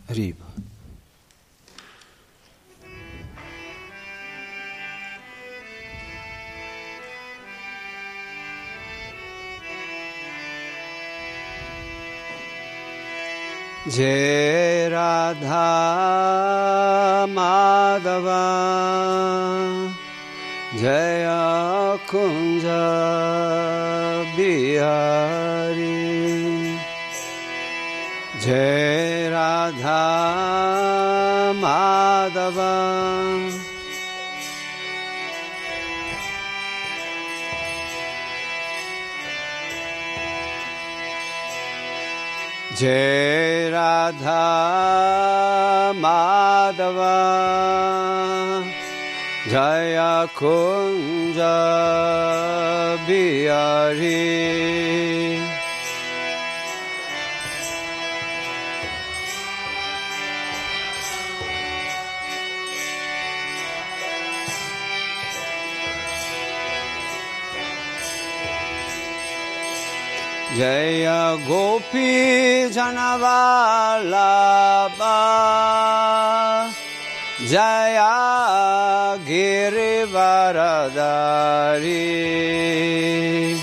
Riva. Jai Radha Madhava Jaya Kunja Bihari Jai Radha Madhava Jai Radha Madhava Jaya Kunja Bihari Jaya Gopi Janavallabha Jaya Girivaradari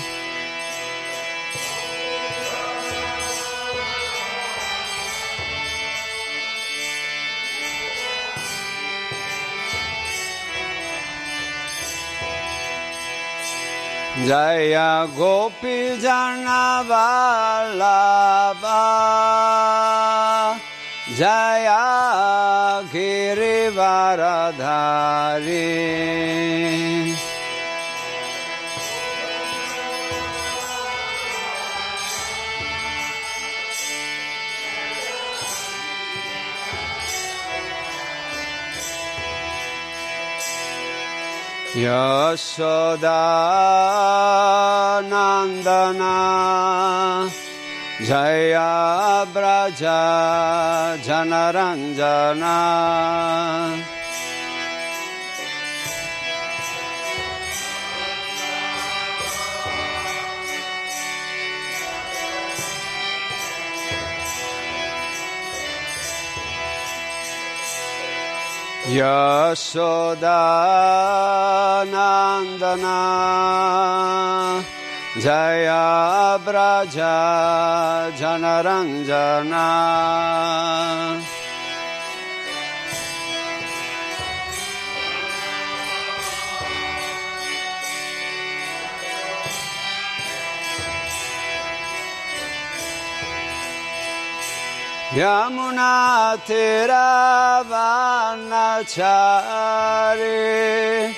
Jaya Gopi Janavallabha Jaya Girivaradari Yashoda Nandana Jaya Braja Janaranjana Yashoda Nandana Jaya Braja Janaranjana Yamuna Tiravanachari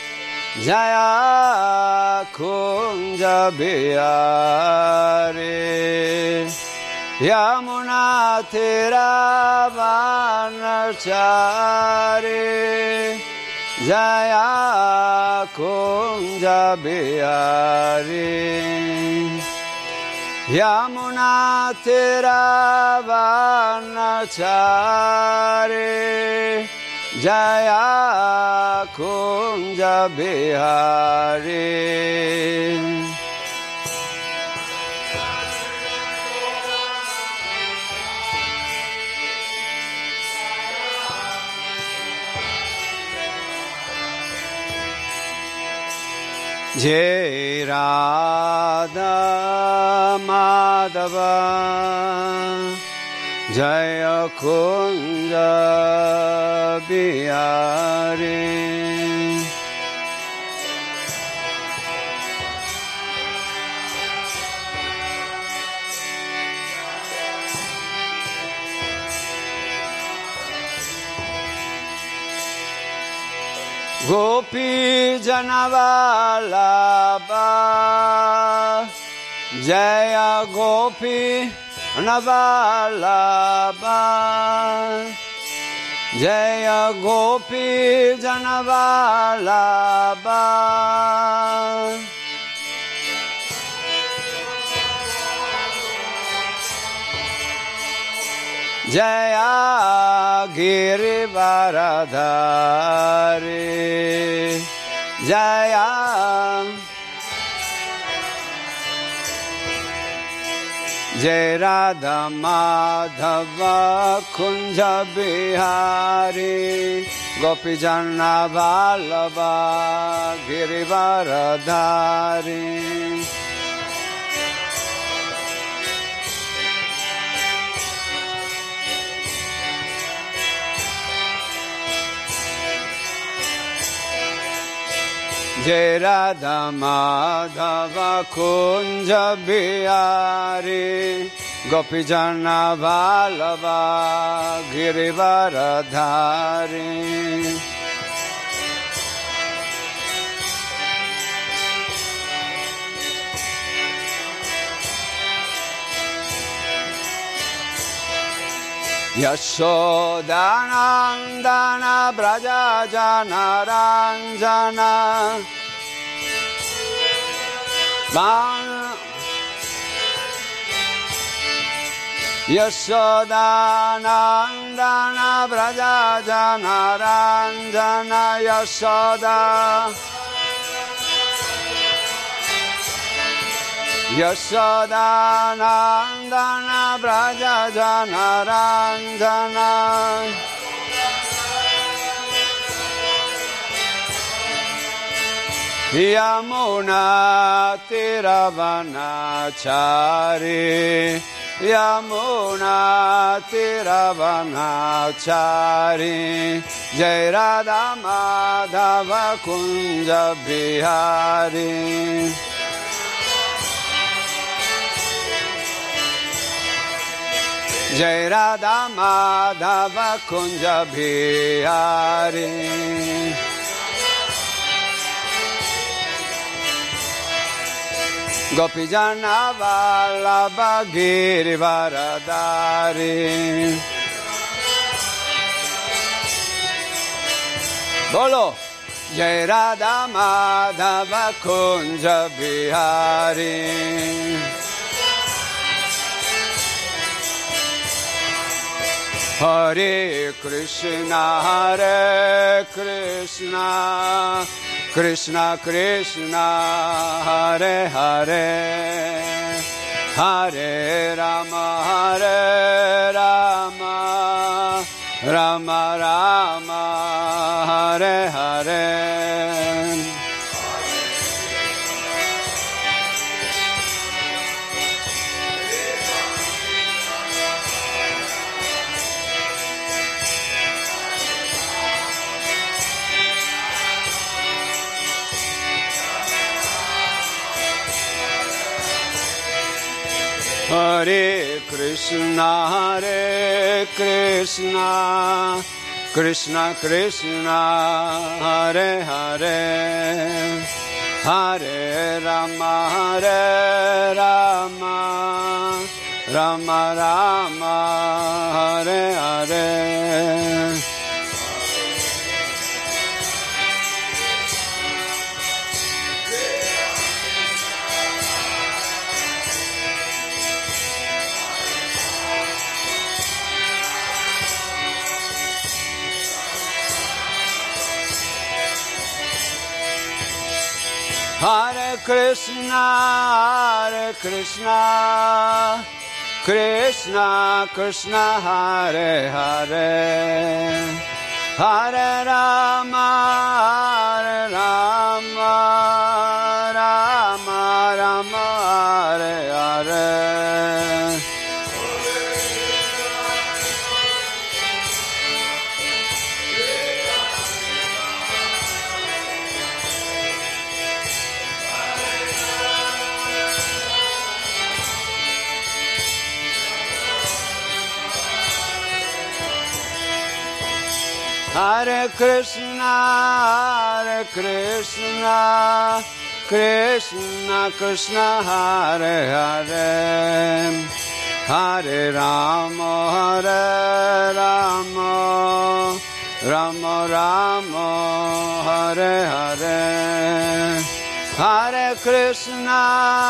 Jaya Kunja Bihari Yamuna Tiravanachari Jaya Kunja Bihari Yamuna Tiravanachari Jaya Kunja Bihari Jai Radha Madhava Jaya Kunja Bihari Gopi Janavallabha Jaya Gopi Janavallabha Jaya Gopi Janavallabha Jaya Girivaradari Jaya Jai Radha Madhava Kunja Bihari Gopi Janna Vallabha Girivaradhari Jai Radha Madhava Kunja Bihari Gopi Janna Vallabha Girivaradhari Yashodanandana Braja Jana Ranjana Yashodanandana Braja Jana Ranjana Yashodanandana Braja Jana Ranjana Yamuna Tiravanachari Yamuna Tiravanachari Jai Radha Madhava Kunja Bihari Jai Radha Madhava Kunja Bihari Gopi Janna Vallabha Girivaradhari Bolo Jai Radha Madhava Kunja Bihari Hare Krishna Krishna Krishna Hare Hare Hare Rama Rama Rama Hare Hare Hare Krishna Krishna Krishna Hare Hare Hare Rama Rama Rama Hare Hare Hare Krishna Krishna Krishna Hare Hare Hare Rama Rama Rama Hare Hare Hare Krishna Krishna Krishna Hare Hare Hare Rama Rama Rama Hare Hare Hare Krishna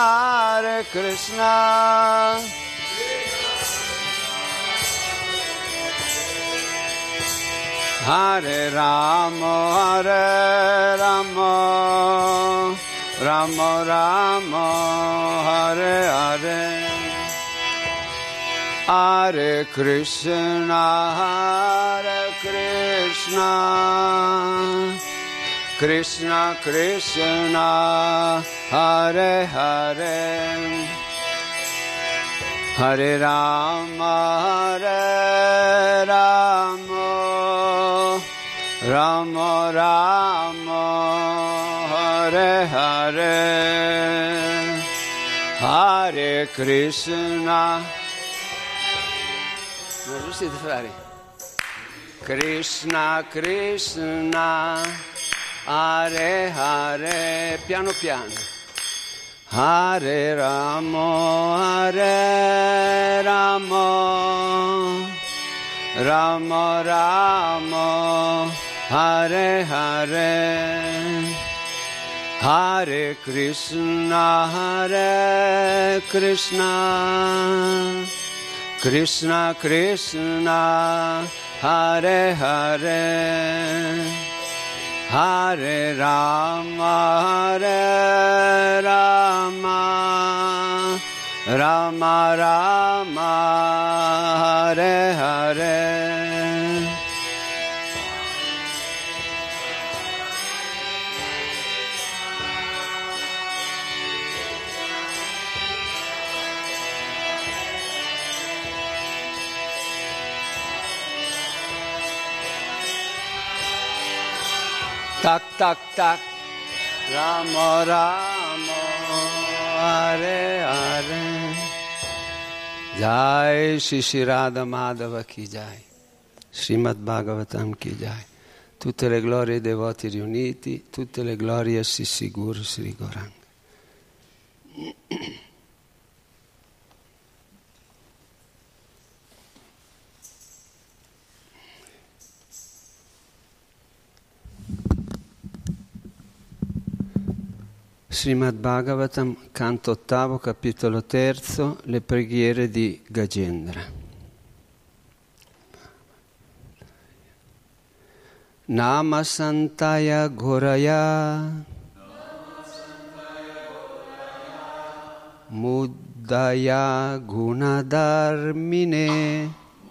Hare Rama Rama Rama Hare Hare Hare Krishna, Krishna Krishna, Hare Hare, Hare Rama, Rama Rama, Hare Hare, Hare Krishna. Non riuscite a fare? Krishna Krishna, Hare Hare, piano piano. Hare Rama, Rama Rama, Hare Hare, Hare Krishna, Krishna Krishna, Hare Hare, Hare Rama, Rama Rama, Hare Hare. Tak tak tak, Rama Rama, Hare Hare. Jai Shri Radha Madhava ki jai, Srimad Bhagavatam ki jai. Tutte le glorie ai devoti riuniti, tutte le glorie a Sissi Guru Sri Gauranga. Srimad Bhagavatam, canto ottavo, capitolo terzo, le preghiere di Gajendra. Nama Santaya Goraya, Muddaya Gunadharmine,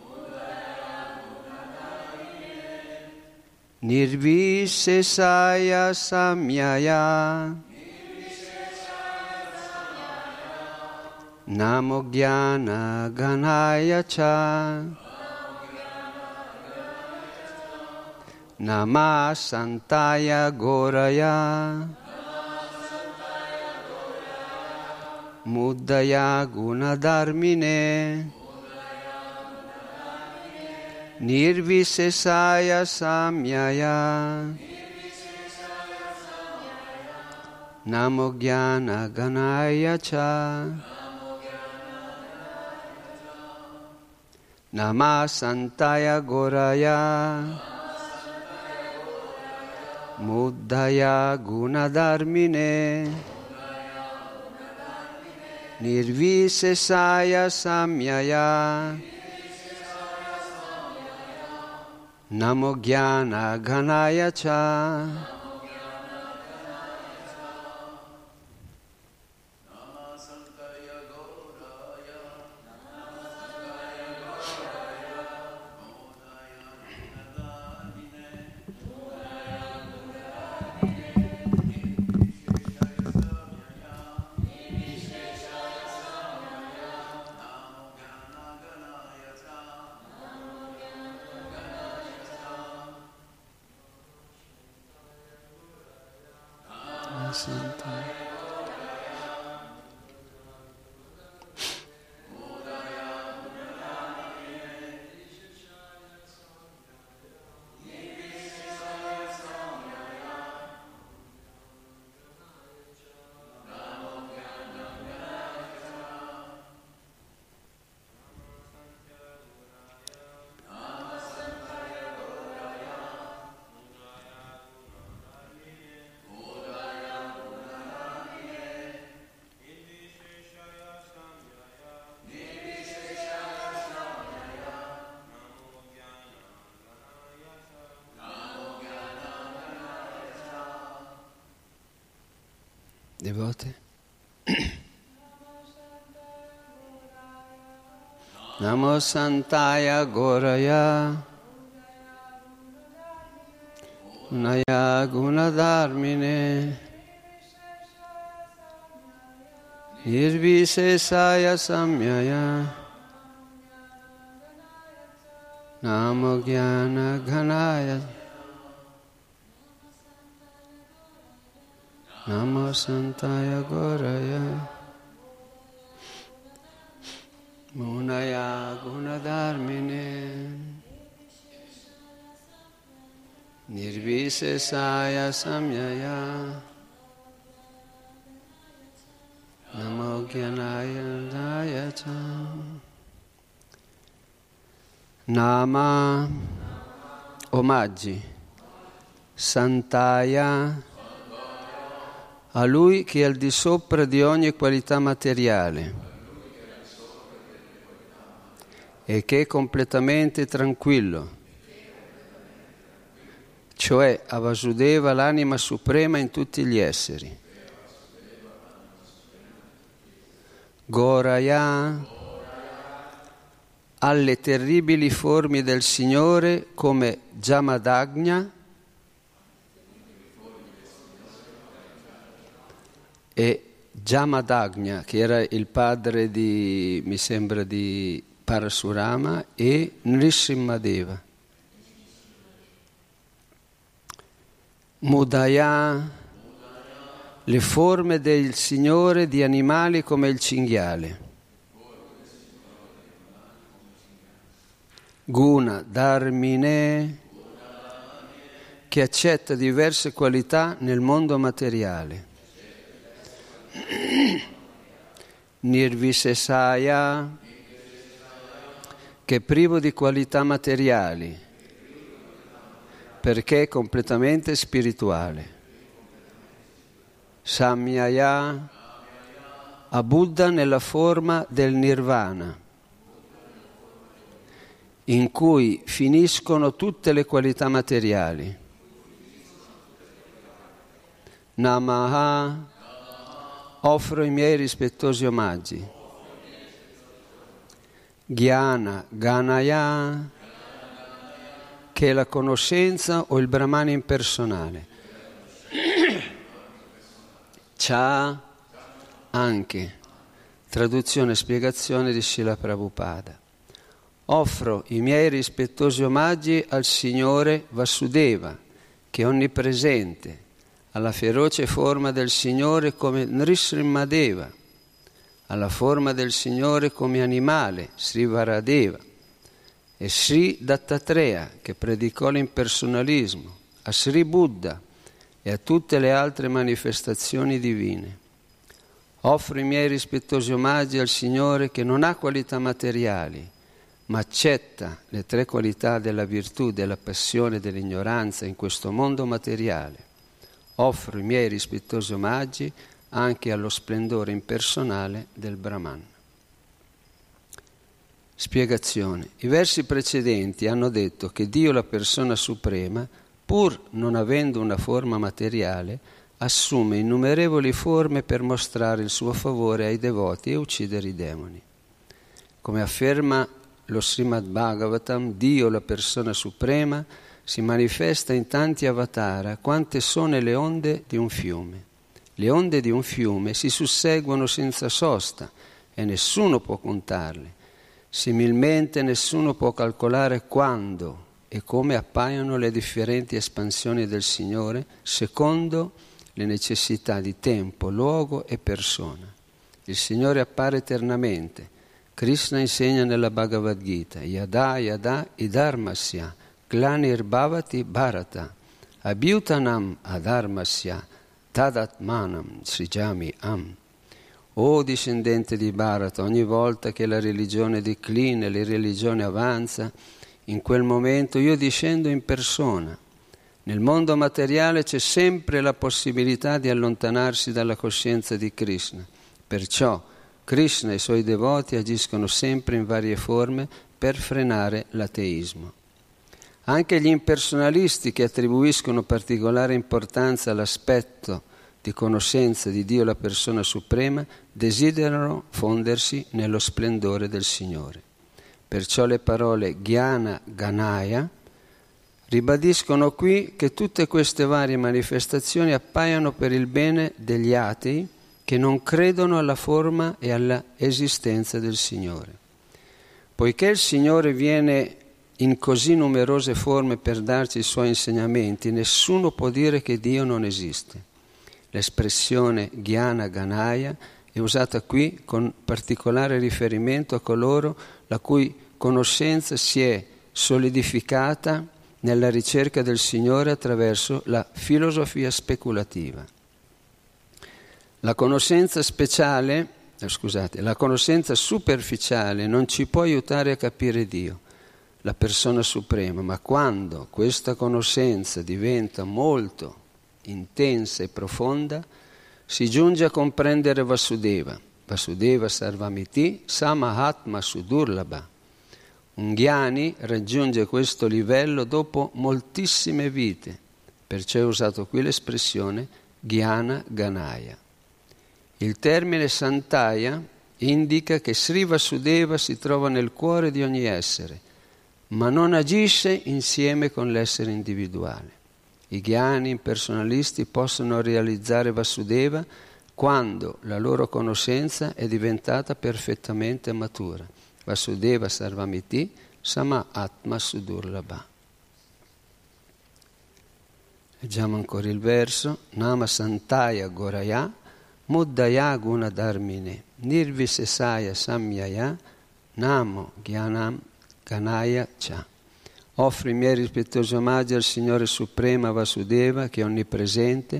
Nirvisesaya Samyaya, Namo Jnana Ganaya Cha, Nama Santaya Goraya, Muddaya Gunadharmine, Nirvisesaya Samyaya, Namo Jnana Ganaya Cha, Nama Santaya Goraya, Muddaya Gunadharmine, Nirvisesaya Samyaya, Namo Jnana Ganaya Cha. Devote. Namo Santaya Goraya Naya Gunadharmine Nirvisesaya Samyaya Namo Jnana Ghanaya Namo Santaya Goraya Munaya Gunadharmine Nirvisesaya Samyaya Namo Jnanaya Dayata. Nama, omaggi, Santaya, a Lui che è al di sopra di ogni qualità materiale e che è completamente tranquillo, cioè a Vasudeva, l'anima suprema in tutti gli esseri. Goraya, alle terribili forme del Signore come Jamadagna e Jamadagna, che era il padre di, mi sembra, di Parasurama, e Nrisimhadeva. Mudaya, le forme del Signore di animali come il cinghiale. Guna, Dharmine, che accetta diverse qualità nel mondo materiale. Nirvisesaya, che è privo di qualità materiali, perché è completamente spirituale. Samyaya, a Buddha nella forma del Nirvana, in cui finiscono tutte le qualità materiali. Namaha, offro i miei rispettosi omaggi. Jnana Ganaya, che è la conoscenza o il Brahman impersonale. Cha, anche, traduzione e spiegazione di Srila Prabhupada. Offro i miei rispettosi omaggi al Signore Vasudeva, che è onnipresente, alla feroce forma del Signore come Nrisimhadeva, alla forma del Signore come animale, Sri Varadeva, e Sri Dattatreya, che predicò l'impersonalismo, a Sri Buddha e a tutte le altre manifestazioni divine. Offro i miei rispettosi omaggi al Signore che non ha qualità materiali, ma accetta le tre qualità della virtù, della passione e dell'ignoranza in questo mondo materiale. Offro i miei rispettosi omaggi anche allo splendore impersonale del Brahman. Spiegazione. I versi precedenti hanno detto che Dio, la persona suprema, pur non avendo una forma materiale, assume innumerevoli forme per mostrare il suo favore ai devoti e uccidere i demoni. Come afferma lo Srimad Bhagavatam, Dio, la persona suprema, si manifesta in tanti avatara quante sono le onde di un fiume. Le onde di un fiume si susseguono senza sosta e nessuno può contarle. Similmente nessuno può calcolare quando e come appaiono le differenti espansioni del Signore secondo le necessità di tempo, luogo e persona. Il Signore appare eternamente. Krishna insegna nella Bhagavad Gita, Yada Yada Idharmasya Glanir-bhavati Bharata Abhyutanam Adharmasya Tadatmanam Srijami Am. O discendente di Bharata, ogni volta che la religione declina e la religione avanza, in quel momento io discendo in persona. Nel mondo materiale c'è sempre la possibilità di allontanarsi dalla coscienza di Krishna. Perciò Krishna e i suoi devoti agiscono sempre in varie forme per frenare l'ateismo. Anche gli impersonalisti che attribuiscono particolare importanza all'aspetto di conoscenza di Dio, la persona suprema, desiderano fondersi nello splendore del Signore. Perciò le parole Jnana Ganaya ribadiscono qui che tutte queste varie manifestazioni appaiono per il bene degli atei che non credono alla forma e alla esistenza del Signore. Poiché il Signore viene in così numerose forme per darci i Suoi insegnamenti, nessuno può dire che Dio non esiste. L'espressione Jnana Ganaya è usata qui con particolare riferimento a coloro la cui conoscenza si è solidificata nella ricerca del Signore attraverso la filosofia speculativa. La conoscenza superficiale non ci può aiutare a capire Dio, la persona suprema, ma quando questa conoscenza diventa molto intensa e profonda, si giunge a comprendere Vasudeva, Vasudeva Sarvamiti Samahatma Sudurlabha. Un Jnani raggiunge questo livello dopo moltissime vite, perciò è usato qui l'espressione Jnana Ganaya. Il termine Santaya indica che Sri Vasudeva si trova nel cuore di ogni essere, ma non agisce insieme con l'essere individuale. I Jnani impersonalisti possono realizzare Vasudeva quando la loro conoscenza è diventata perfettamente matura. Vasudeva Sarvamiti Sama Atma Sudurlabha. Leggiamo ancora il verso. Nama Santaya Goraya Muddaya Gunadharmine Nirvisesaya Samyaya Namo Jnanam Ganaya Cha. Offro i miei rispettosi omaggi al Signore Suprema Vasudeva, che è onnipresente,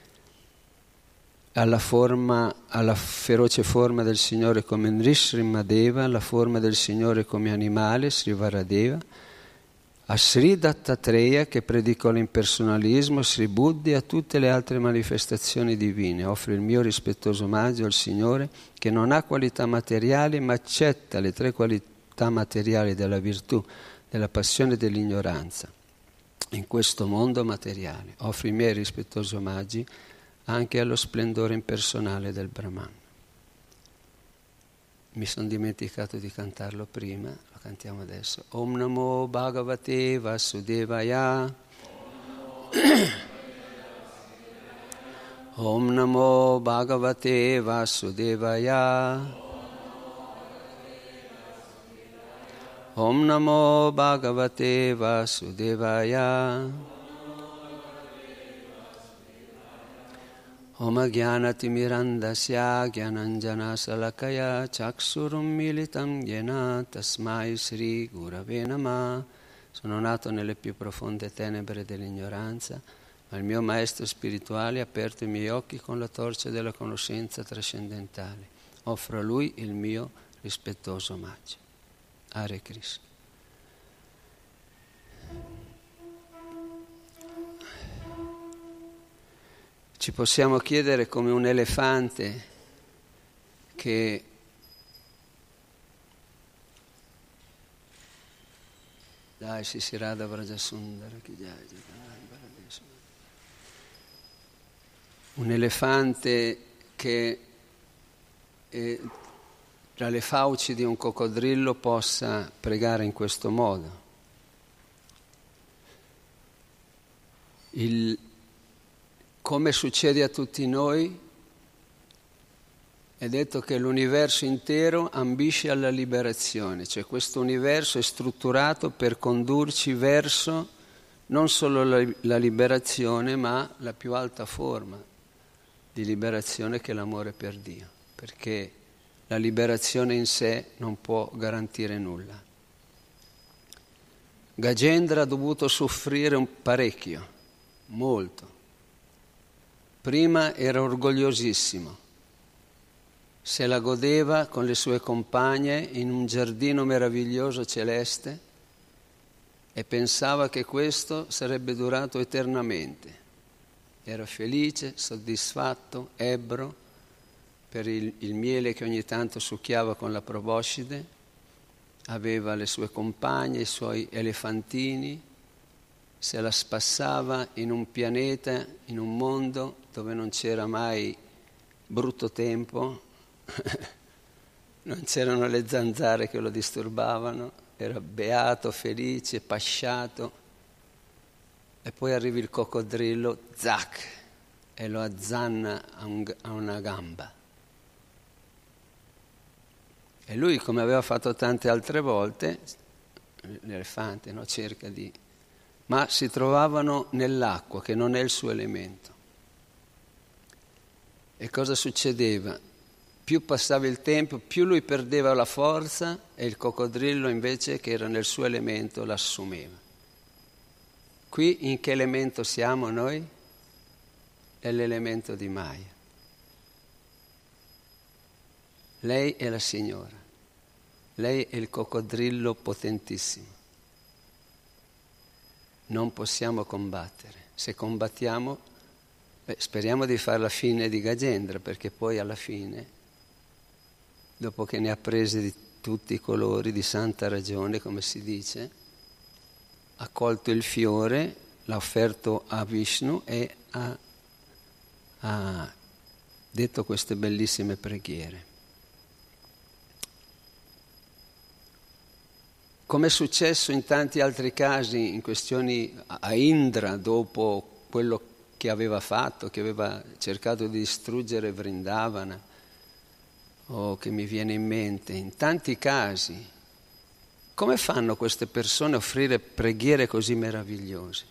alla feroce forma del Signore come Nrisrimmadeva, alla forma del Signore come animale, Sri Varadeva, a Sri Dattatreya, che predicò l'impersonalismo, Sri Buddhi, a tutte le altre manifestazioni divine. Offro il mio rispettoso omaggio al Signore, che non ha qualità materiali, ma accetta le tre qualità materiali della virtù, della passione e dell'ignoranza in questo mondo materiale. Offro i miei rispettosi omaggi anche allo splendore impersonale del Brahman. Mi sono dimenticato di cantarlo prima, lo cantiamo adesso. Om Namo Bhagavate Vasudevaya. Om Namo Bhagavate Vasudevaya. Om Namo Bhagavate Vasudevaya. Om Jnanatimirandasya Jnananjana Salakaya Chaksurum Militam Yena Tasmai Sri Gurave Namah. Sono nato nelle più profonde tenebre dell'ignoranza, ma il mio maestro spirituale ha aperto i miei occhi con la torcia della conoscenza trascendentale. Offro a lui il mio rispettoso omaggio. Hare Krishna. Ci possiamo chiedere come un elefante che dai si Radha Vrajasundara un elefante che tra le fauci di un coccodrillo possa pregare in questo modo. Come succede a tutti noi, è detto che l'universo intero ambisce alla liberazione, cioè questo universo è strutturato per condurci verso non solo la liberazione, ma la più alta forma di liberazione che è l'amore per Dio, perché la liberazione in sé non può garantire nulla. Gajendra ha dovuto soffrire parecchio, molto. Prima era orgogliosissimo, se la godeva con le sue compagne in un giardino meraviglioso celeste e pensava che questo sarebbe durato eternamente. Era felice, soddisfatto, ebbro per il miele che ogni tanto succhiava con la proboscide, aveva le sue compagne, i suoi elefantini, se la spassava in un pianeta, in un mondo dove non c'era mai brutto tempo, non c'erano le zanzare che lo disturbavano, era beato, felice, pasciato. E poi arriva il coccodrillo, zac, e lo azzanna a una gamba. E lui, come aveva fatto tante altre volte, l'elefante, no, cerca di... ma si trovavano nell'acqua, che non è il suo elemento. E cosa succedeva? Più passava il tempo, più lui perdeva la forza e il coccodrillo invece, che era nel suo elemento, l'assumeva. Qui in che elemento siamo noi? È l'elemento di Maya. Lei è la signora, lei è il coccodrillo potentissimo. Non possiamo combattere. Se combattiamo, speriamo di fare la fine di Gajendra, perché poi alla fine, dopo che ne ha presi di tutti i colori, di santa ragione, come si dice, ha colto il fiore, l'ha offerto a Vishnu e ha detto queste bellissime preghiere. Come è successo in tanti altri casi, in questioni a Indra, dopo quello che aveva fatto, che aveva cercato di distruggere Vrindavana, o che mi viene in mente, in tanti casi, come fanno queste persone a offrire preghiere così meravigliose?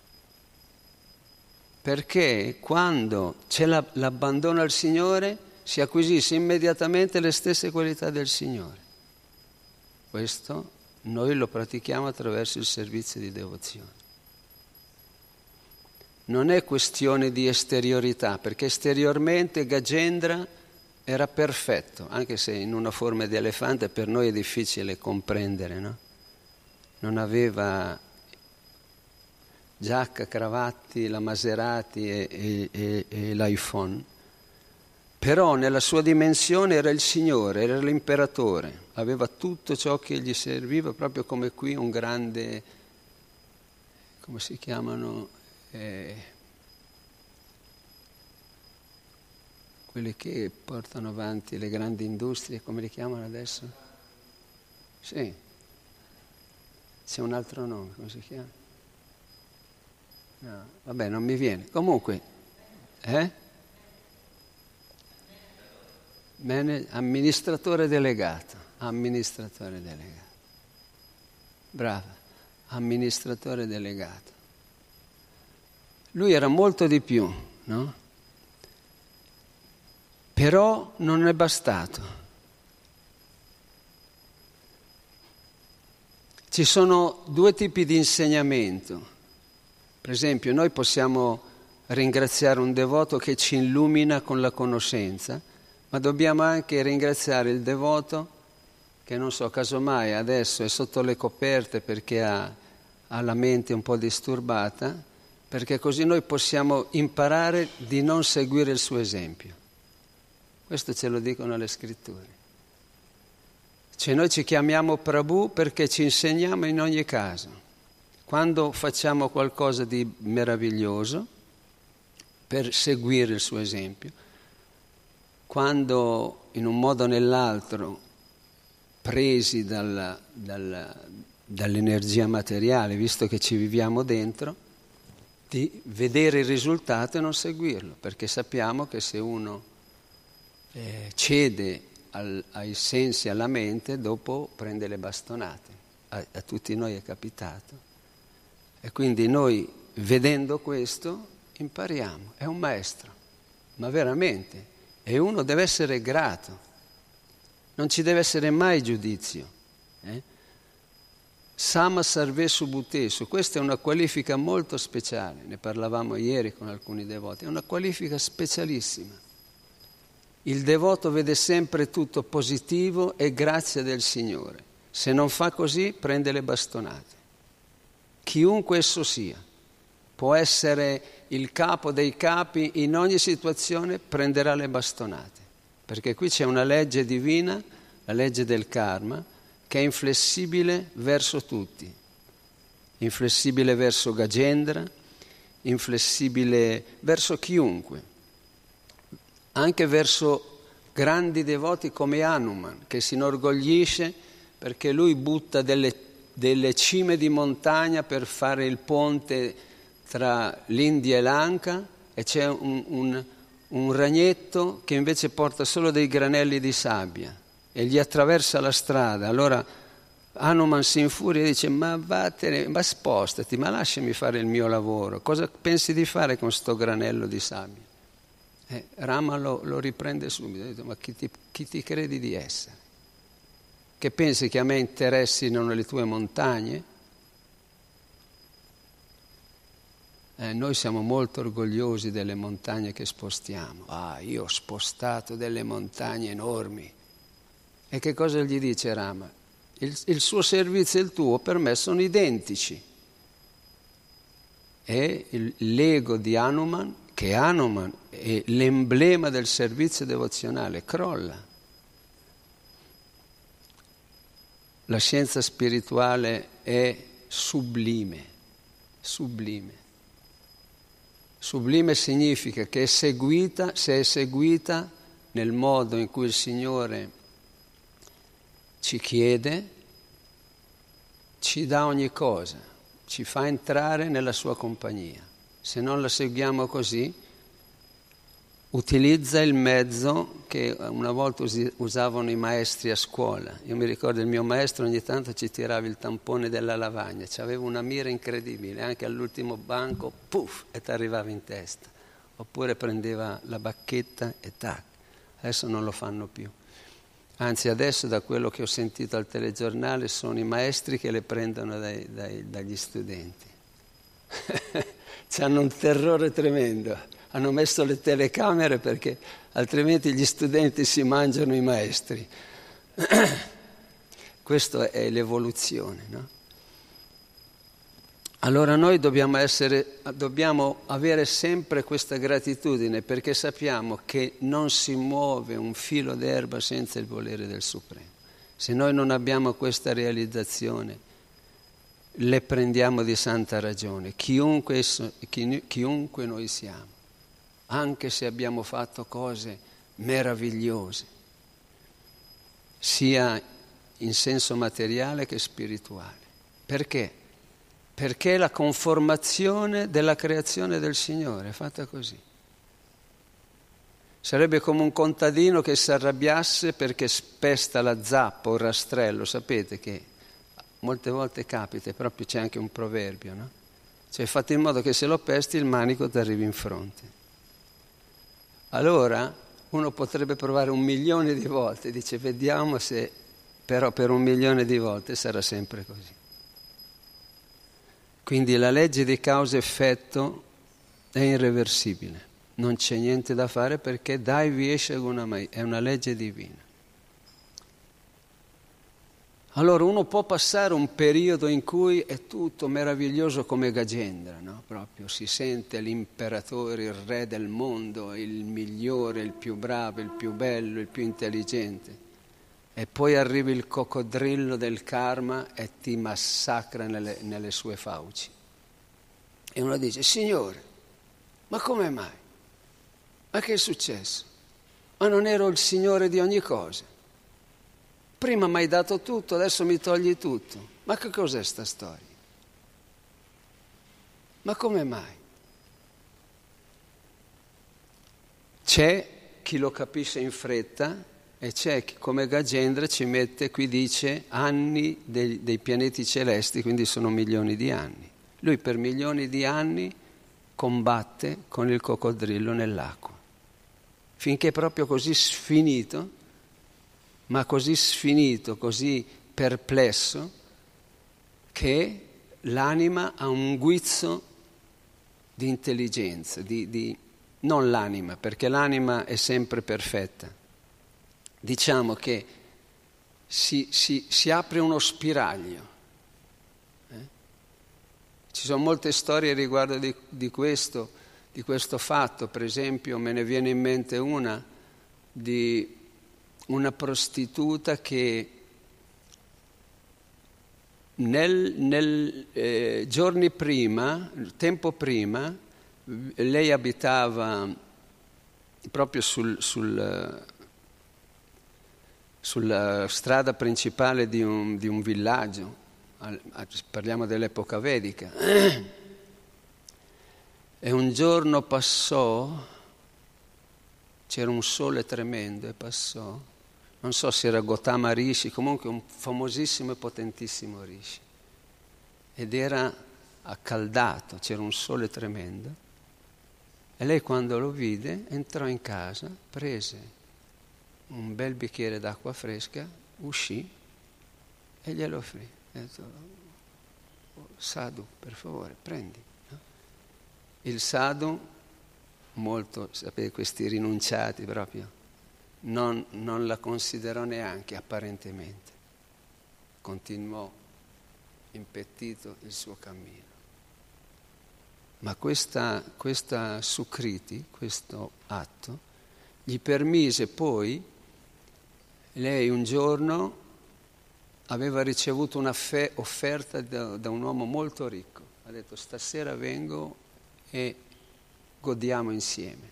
Perché quando c'è l'abbandono al Signore si acquisisce immediatamente le stesse qualità del Signore. Questo noi lo pratichiamo attraverso il servizio di devozione. Non è questione di esteriorità, perché esteriormente Gajendra era perfetto, anche se in una forma di elefante per noi è difficile comprendere, no? Non aveva giacca, cravatti, la Maserati e l'iPhone, però nella sua dimensione era il Signore, era l'imperatore, aveva tutto ciò che gli serviva, proprio come qui un grande, come si chiamano, quelli che portano avanti le grandi industrie, come li chiamano adesso? Sì, c'è un altro nome, come si chiama? No, vabbè, non mi viene. Comunque, amministratore delegato. Brava, amministratore delegato. Lui era molto di più, no? Però non è bastato. Ci sono due tipi di insegnamento. Per esempio, noi possiamo ringraziare un devoto che ci illumina con la conoscenza, ma dobbiamo anche ringraziare il devoto che, non so, casomai adesso è sotto le coperte perché ha la mente un po' disturbata, perché così noi possiamo imparare di non seguire il suo esempio. Questo ce lo dicono le scritture. Cioè noi ci chiamiamo Prabhu perché ci insegniamo in ogni caso. Quando facciamo qualcosa di meraviglioso, per seguire il suo esempio, quando in un modo o nell'altro, presi dall'energia materiale, visto che ci viviamo dentro, di vedere il risultato e non seguirlo, perché sappiamo che se uno cede ai sensi, alla mente, dopo prende le bastonate. A tutti noi è capitato. E quindi noi, vedendo questo, impariamo. È un maestro, ma veramente. E uno deve essere grato. Non ci deve essere mai giudizio. Sama sarve subhutesu. Questa è una qualifica molto speciale. Ne parlavamo ieri con alcuni devoti. È una qualifica specialissima. Il devoto vede sempre tutto positivo e grazia del Signore. Se non fa così, prende le bastonate. Chiunque esso sia, può essere il capo dei capi, in ogni situazione prenderà le bastonate. Perché qui c'è una legge divina, la legge del karma, che è inflessibile verso tutti. Inflessibile verso Gajendra, inflessibile verso chiunque. Anche verso grandi devoti come Hanuman, che si inorgoglisce perché lui butta delle cime di montagna per fare il ponte tra l'India e Lanka, e c'è un ragnetto che invece porta solo dei granelli di sabbia e gli attraversa la strada. Allora Hanuman si infuria e dice: ma vattene, ma spostati, ma lasciami fare il mio lavoro, cosa pensi di fare con sto granello di sabbia? Rama lo riprende subito, ha detto: ma chi ti credi di essere? Che pensi che a me interessino le tue montagne? Noi siamo molto orgogliosi delle montagne che spostiamo. Io ho spostato delle montagne enormi. E che cosa gli dice Rama? Il suo servizio e il tuo per me sono identici. E l'ego di Hanuman, che Hanuman è l'emblema del servizio devozionale, crolla. La scienza spirituale è sublime, sublime. Sublime significa che se è seguita nel modo in cui il Signore ci chiede, ci dà ogni cosa, ci fa entrare nella sua compagnia. Se non la seguiamo così, utilizza il mezzo che una volta usavano i maestri a scuola. Io mi ricordo il mio maestro ogni tanto ci tirava il tampone della lavagna, c'aveva una mira incredibile, anche all'ultimo banco, puff, e ti arrivava in testa. Oppure prendeva la bacchetta e tac. Adesso non lo fanno più. Anzi, adesso, da quello che ho sentito al telegiornale, sono i maestri che le prendono dagli studenti. C'hanno un terrore tremendo. Hanno messo le telecamere perché altrimenti gli studenti si mangiano i maestri. Questa è l'evoluzione, no? Allora noi dobbiamo avere sempre questa gratitudine, perché sappiamo che non si muove un filo d'erba senza il volere del Supremo. Se noi non abbiamo questa realizzazione, le prendiamo di santa ragione, chiunque noi siamo, anche se abbiamo fatto cose meravigliose, sia in senso materiale che spirituale. Perché? Perché è la conformazione della creazione del Signore, è fatta così. Sarebbe come un contadino che si arrabbiasse perché spesta la zappa o il rastrello. Sapete che molte volte capita, proprio c'è anche un proverbio, no? Cioè, fate in modo che se lo pesti il manico ti arrivi in fronte. Allora uno potrebbe provare 1.000.000 di volte, dice vediamo se però per 1.000.000 di volte sarà sempre così. Quindi la legge di causa-effetto è irreversibile, non c'è niente da fare perché dai viesce gunamai, è una legge divina. Allora uno può passare un periodo in cui è tutto meraviglioso come Gajendra, no? Proprio si sente l'imperatore, il re del mondo, il migliore, il più bravo, il più bello, il più intelligente. E poi arriva il coccodrillo del karma e ti massacra nelle sue fauci. E uno dice: Signore, ma come mai? Ma che è successo? Ma non ero il Signore di ogni cosa? Prima mi hai dato tutto, adesso mi togli tutto. Ma che cos'è sta storia? Ma come mai? C'è chi lo capisce in fretta e c'è chi, come Gajendra, ci mette, qui dice, anni dei pianeti celesti, quindi sono milioni di anni. Lui per milioni di anni combatte con il coccodrillo nell'acqua, finché è proprio così sfinito, ma così sfinito, così perplesso, che l'anima ha un guizzo di intelligenza, non l'anima, perché l'anima è sempre perfetta. Diciamo che si apre uno spiraglio. Ci sono molte storie riguardo di questo fatto. Per esempio me ne viene in mente una di una prostituta che giorni prima, tempo prima, lei abitava proprio sulla strada principale di un villaggio, parliamo dell'epoca vedica, e un giorno passò, c'era un sole tremendo e passò, non so se era Gautama Rishi, comunque un famosissimo e potentissimo Rishi, ed era accaldato, c'era un sole tremendo, e lei quando lo vide entrò in casa, prese un bel bicchiere d'acqua fresca, uscì e glielo offrì. Ha detto: Sadhu, per favore, prendi. No? Il sadhu, molto, sapete, questi rinunciati proprio, non la considerò neanche apparentemente. Continuò impettito il suo cammino. Ma questa Sukriti, questo atto, gli permise poi, lei un giorno aveva ricevuto una offerta da un uomo molto ricco. Ha detto: stasera vengo e godiamo insieme.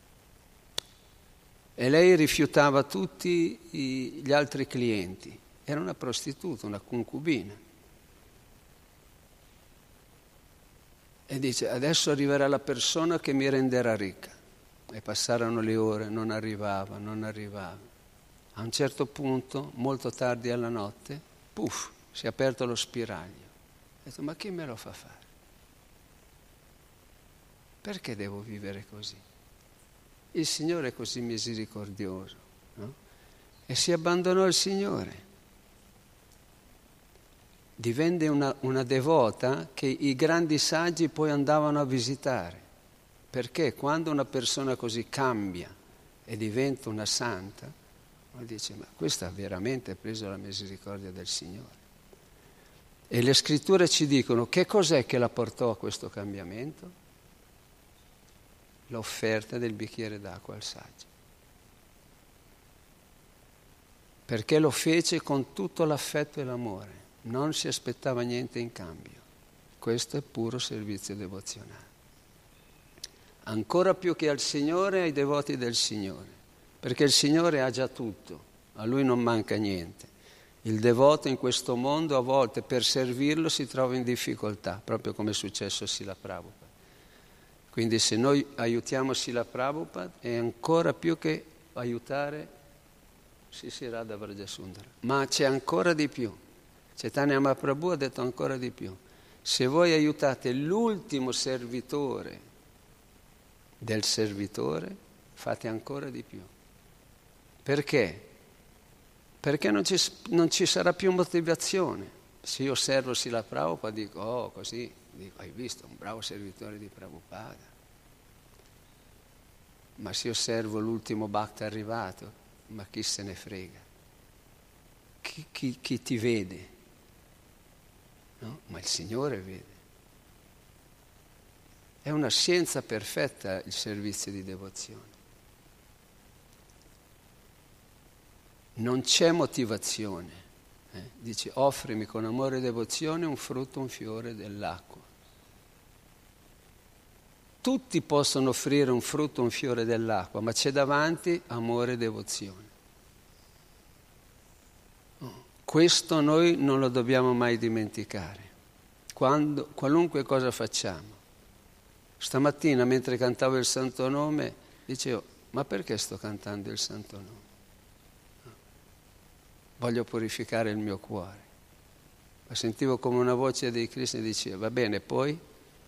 E lei rifiutava tutti gli altri clienti. Era una prostituta, una concubina. E dice: adesso arriverà la persona che mi renderà ricca. E passarono le ore, non arrivava. A un certo punto, molto tardi alla notte, puff, si è aperto lo spiraglio. Ha detto: ma chi me lo fa fare? Perché devo vivere così? Il Signore è così misericordioso, no? E si abbandonò al Signore. Divenne una devota che i grandi saggi poi andavano a visitare. Perché quando una persona così cambia e diventa una santa, uno dice: ma questa ha veramente preso la misericordia del Signore. E le scritture ci dicono che cos'è che la portò a questo cambiamento? L'offerta del bicchiere d'acqua al saggio. Perché lo fece con tutto l'affetto e l'amore, non si aspettava niente in cambio. Questo è puro servizio devozionale. Ancora più che al Signore, ai devoti del Signore, perché il Signore ha già tutto, a Lui non manca niente. Il devoto in questo mondo a volte per servirlo si trova in difficoltà, proprio come è successo a Srila Prabhupada. Quindi se noi aiutiamo Srila Prabhupada è ancora più che aiutare Sri Radha Vrajasundara. Ma c'è ancora di più. Chaitanya Mahaprabhu ha detto ancora di più. Se voi aiutate l'ultimo servitore del servitore, fate ancora di più. Perché? Perché non ci sarà più motivazione. Se io osservo Srila Prabhupada dico: oh, così, dico, hai visto, un bravo servitore di Prabhupada. Ma se osservo l'ultimo bhakta arrivato, ma chi se ne frega? Chi ti vede? No? Ma il Signore vede. È una scienza perfetta il servizio di devozione. Non c'è motivazione. Dice: offrimi con amore e devozione un frutto, un fiore dell'acqua. Tutti possono offrire un frutto, un fiore dell'acqua, ma c'è davanti amore e devozione. Questo noi non lo dobbiamo mai dimenticare. Qualunque cosa facciamo. Stamattina, mentre cantavo il Santo Nome, dicevo: ma perché sto cantando il Santo Nome? Voglio purificare il mio cuore. Ma sentivo come una voce dei Krishna diceva: va bene, poi?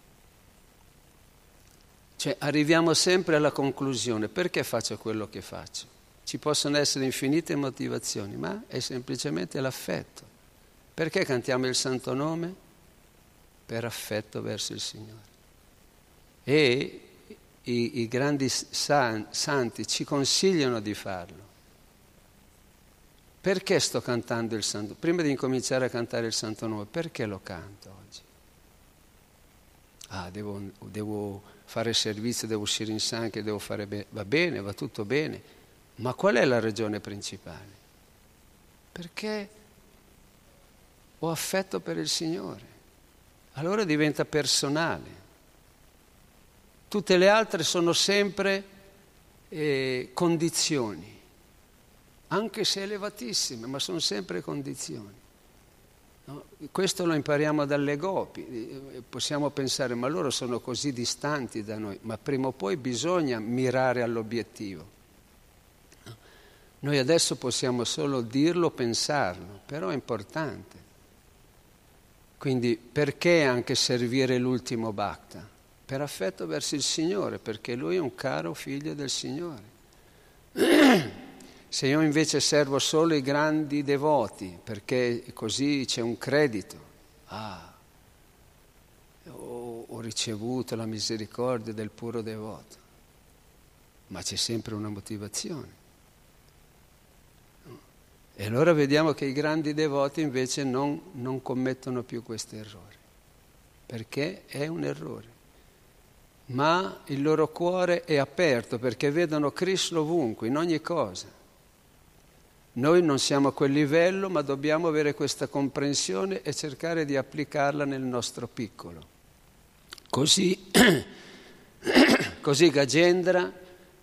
Cioè, arriviamo sempre alla conclusione: perché faccio quello che faccio? Ci possono essere infinite motivazioni, ma è semplicemente l'affetto. Perché cantiamo il Santo Nome? Per affetto verso il Signore. E i grandi santi ci consigliano di farlo. Perché sto cantando il Santo? Prima di incominciare a cantare il Santo Nome, perché lo canto oggi? Devo fare servizio, devo uscire in sangue, devo fare bene. Va bene, va tutto bene, ma qual è la ragione principale? Perché ho affetto per il Signore. Allora diventa personale. Tutte le altre sono sempre condizioni. anche se elevatissime, ma sono sempre condizioni. No? Questo lo impariamo dalle Gopi. Possiamo pensare, ma loro sono così distanti da noi, ma prima o poi bisogna mirare all'obiettivo. No? Noi adesso possiamo solo dirlo, pensarlo, però è importante. Quindi perché anche servire l'ultimo bhakta? Per affetto verso il Signore, perché lui è un caro figlio del Signore. Se io invece servo solo i grandi devoti, perché così c'è un credito, ho ricevuto la misericordia del puro devoto, ma c'è sempre una motivazione. E allora vediamo che i grandi devoti invece non commettono più questo errore, perché è un errore. Ma il loro cuore è aperto perché vedono Krishna ovunque, in ogni cosa. Noi non siamo a quel livello, ma dobbiamo avere questa comprensione e cercare di applicarla nel nostro piccolo. Così Gajendra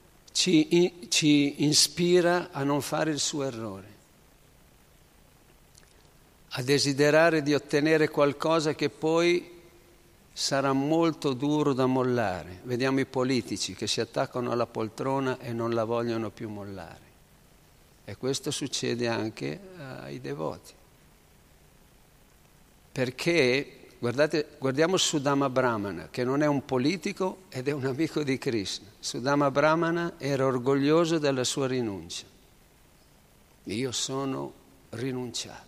ci ispira a non fare il suo errore, a desiderare di ottenere qualcosa che poi sarà molto duro da mollare. Vediamo i politici che si attaccano alla poltrona e non la vogliono più mollare. E questo succede anche ai devoti. Perché, guardiamo Sudama Brahmana, che non è un politico ed è un amico di Krishna. Sudama Brahmana era orgoglioso della sua rinuncia. Io sono rinunciato.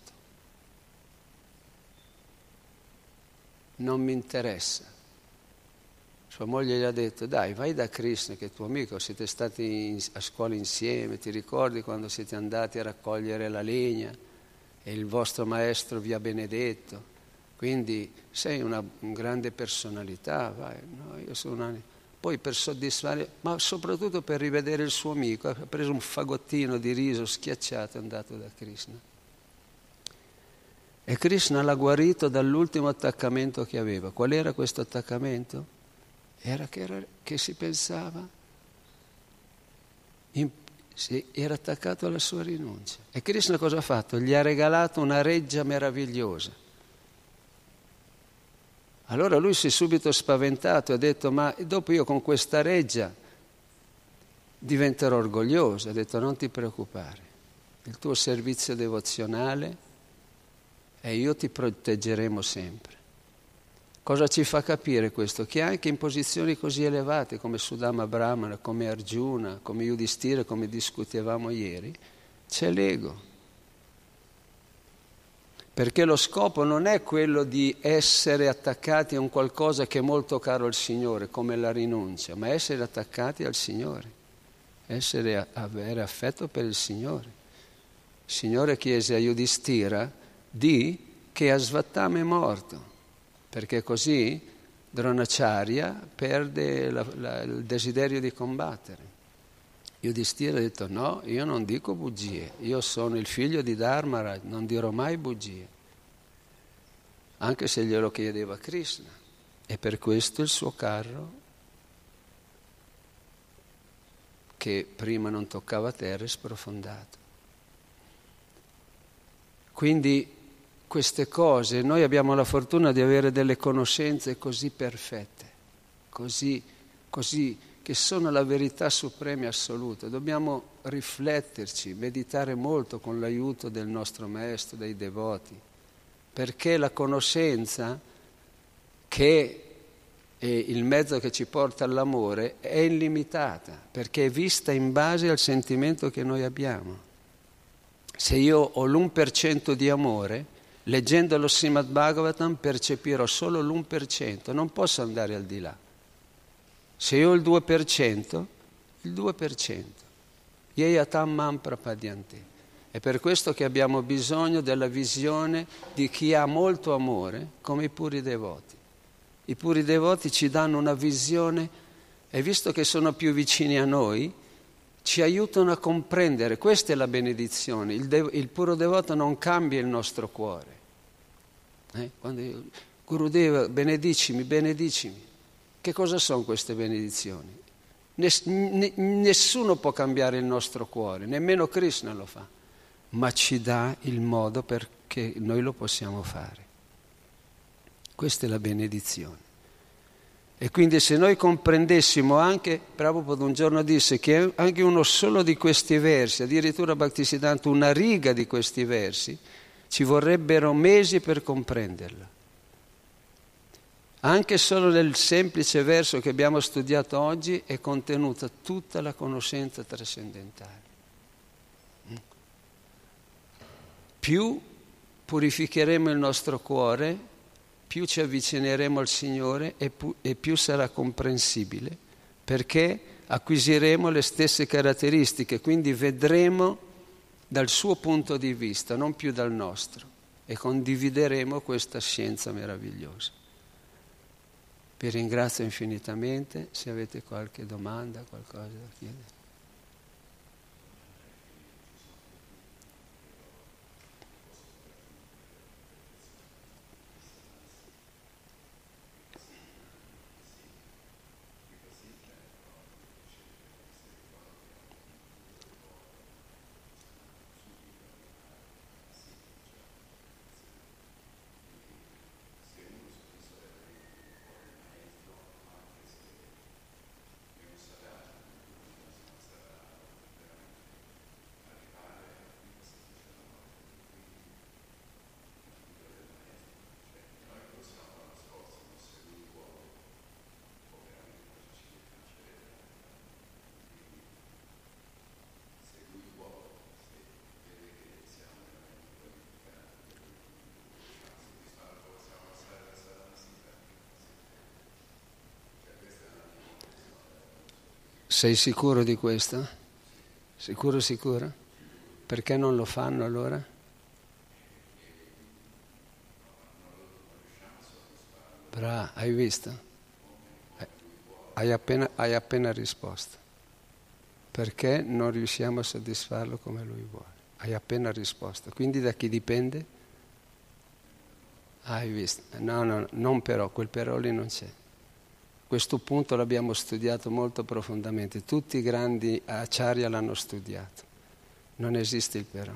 Non mi interessa. Sua moglie gli ha detto, dai, vai da Krishna che è tuo amico, siete stati a scuola insieme, ti ricordi quando siete andati a raccogliere la legna e il vostro maestro vi ha benedetto, quindi sei una grande personalità, vai. No, io sono poi per soddisfare, ma soprattutto per rivedere il suo amico, ha preso un fagottino di riso schiacciato e è andato da Krishna. E Krishna l'ha guarito dall'ultimo attaccamento che aveva. Qual era questo attaccamento? Era che si pensava, era attaccato alla sua rinuncia. E Krishna cosa ha fatto? Gli ha regalato una reggia meravigliosa. Allora lui si è subito spaventato e ha detto, ma dopo io con questa reggia diventerò orgoglioso. Ha detto, non ti preoccupare, il tuo servizio devozionale e io ti proteggeremo sempre. Cosa ci fa capire questo? Che anche in posizioni così elevate come Sudama Brahmana, come Arjuna, come Yudhishthira, come discutevamo ieri, c'è l'ego. Perché lo scopo non è quello di essere attaccati a un qualcosa che è molto caro al Signore, come la rinuncia, ma essere attaccati al Signore, avere affetto per il Signore. Il Signore chiese a Yudhishthira di che Asvatthama è morto, perché così Dronacharya perde il desiderio di combattere. Yudhishthira ha detto no, io non dico bugie, io sono il figlio di Dharmaraj, non dirò mai bugie, anche se glielo chiedeva Krishna. E per questo il suo carro, che prima non toccava terra, è sprofondato. Quindi queste cose, noi abbiamo la fortuna di avere delle conoscenze così perfette, così che sono la verità suprema e assoluta. Dobbiamo rifletterci, meditare molto con l'aiuto del nostro Maestro, dei devoti, perché la conoscenza, che è il mezzo che ci porta all'amore, è illimitata, perché è vista in base al sentimento che noi abbiamo. Se io ho l'1% di amore, leggendo lo Srimad Bhagavatam percepirò solo l'1%, non posso andare al di là. Se io ho il 2%, il 2%. Yeyatam mam prapadyante. È per questo che abbiamo bisogno della visione di chi ha molto amore, come i puri devoti. I puri devoti ci danno una visione, e visto che sono più vicini a noi, ci aiutano a comprendere. Questa è la benedizione. Il puro devoto non cambia il nostro cuore. Quando io, Gurudeva, benedicimi, benedicimi. Che cosa sono queste benedizioni? Nessuno può cambiare il nostro cuore, nemmeno Krishna lo fa, ma ci dà il modo perché noi lo possiamo fare. Questa è la benedizione. E quindi se noi comprendessimo anche, Prabhupada un giorno disse che anche uno solo di questi versi, addirittura Bhaktisiddhanta una riga di questi versi, ci vorrebbero mesi per comprenderla. Anche solo nel semplice verso che abbiamo studiato oggi è contenuta tutta la conoscenza trascendentale. Più purificheremo il nostro cuore, più ci avvicineremo al Signore e più sarà comprensibile, perché acquisiremo le stesse caratteristiche, quindi vedremo dal suo punto di vista, non più dal nostro, e condivideremo questa scienza meravigliosa. Vi ringrazio infinitamente, se avete qualche domanda, qualcosa da chiedere. Sei sicuro di questo? Sicuro, sicuro? Perché non lo fanno allora? Bravo, hai visto? Hai appena risposto. Perché non riusciamo a soddisfarlo come lui vuole? Hai appena risposto. Quindi da chi dipende? Hai visto? No, non però, quel però lì non c'è. Questo punto l'abbiamo studiato molto profondamente, tutti i grandi acharya l'hanno studiato, non esiste il però.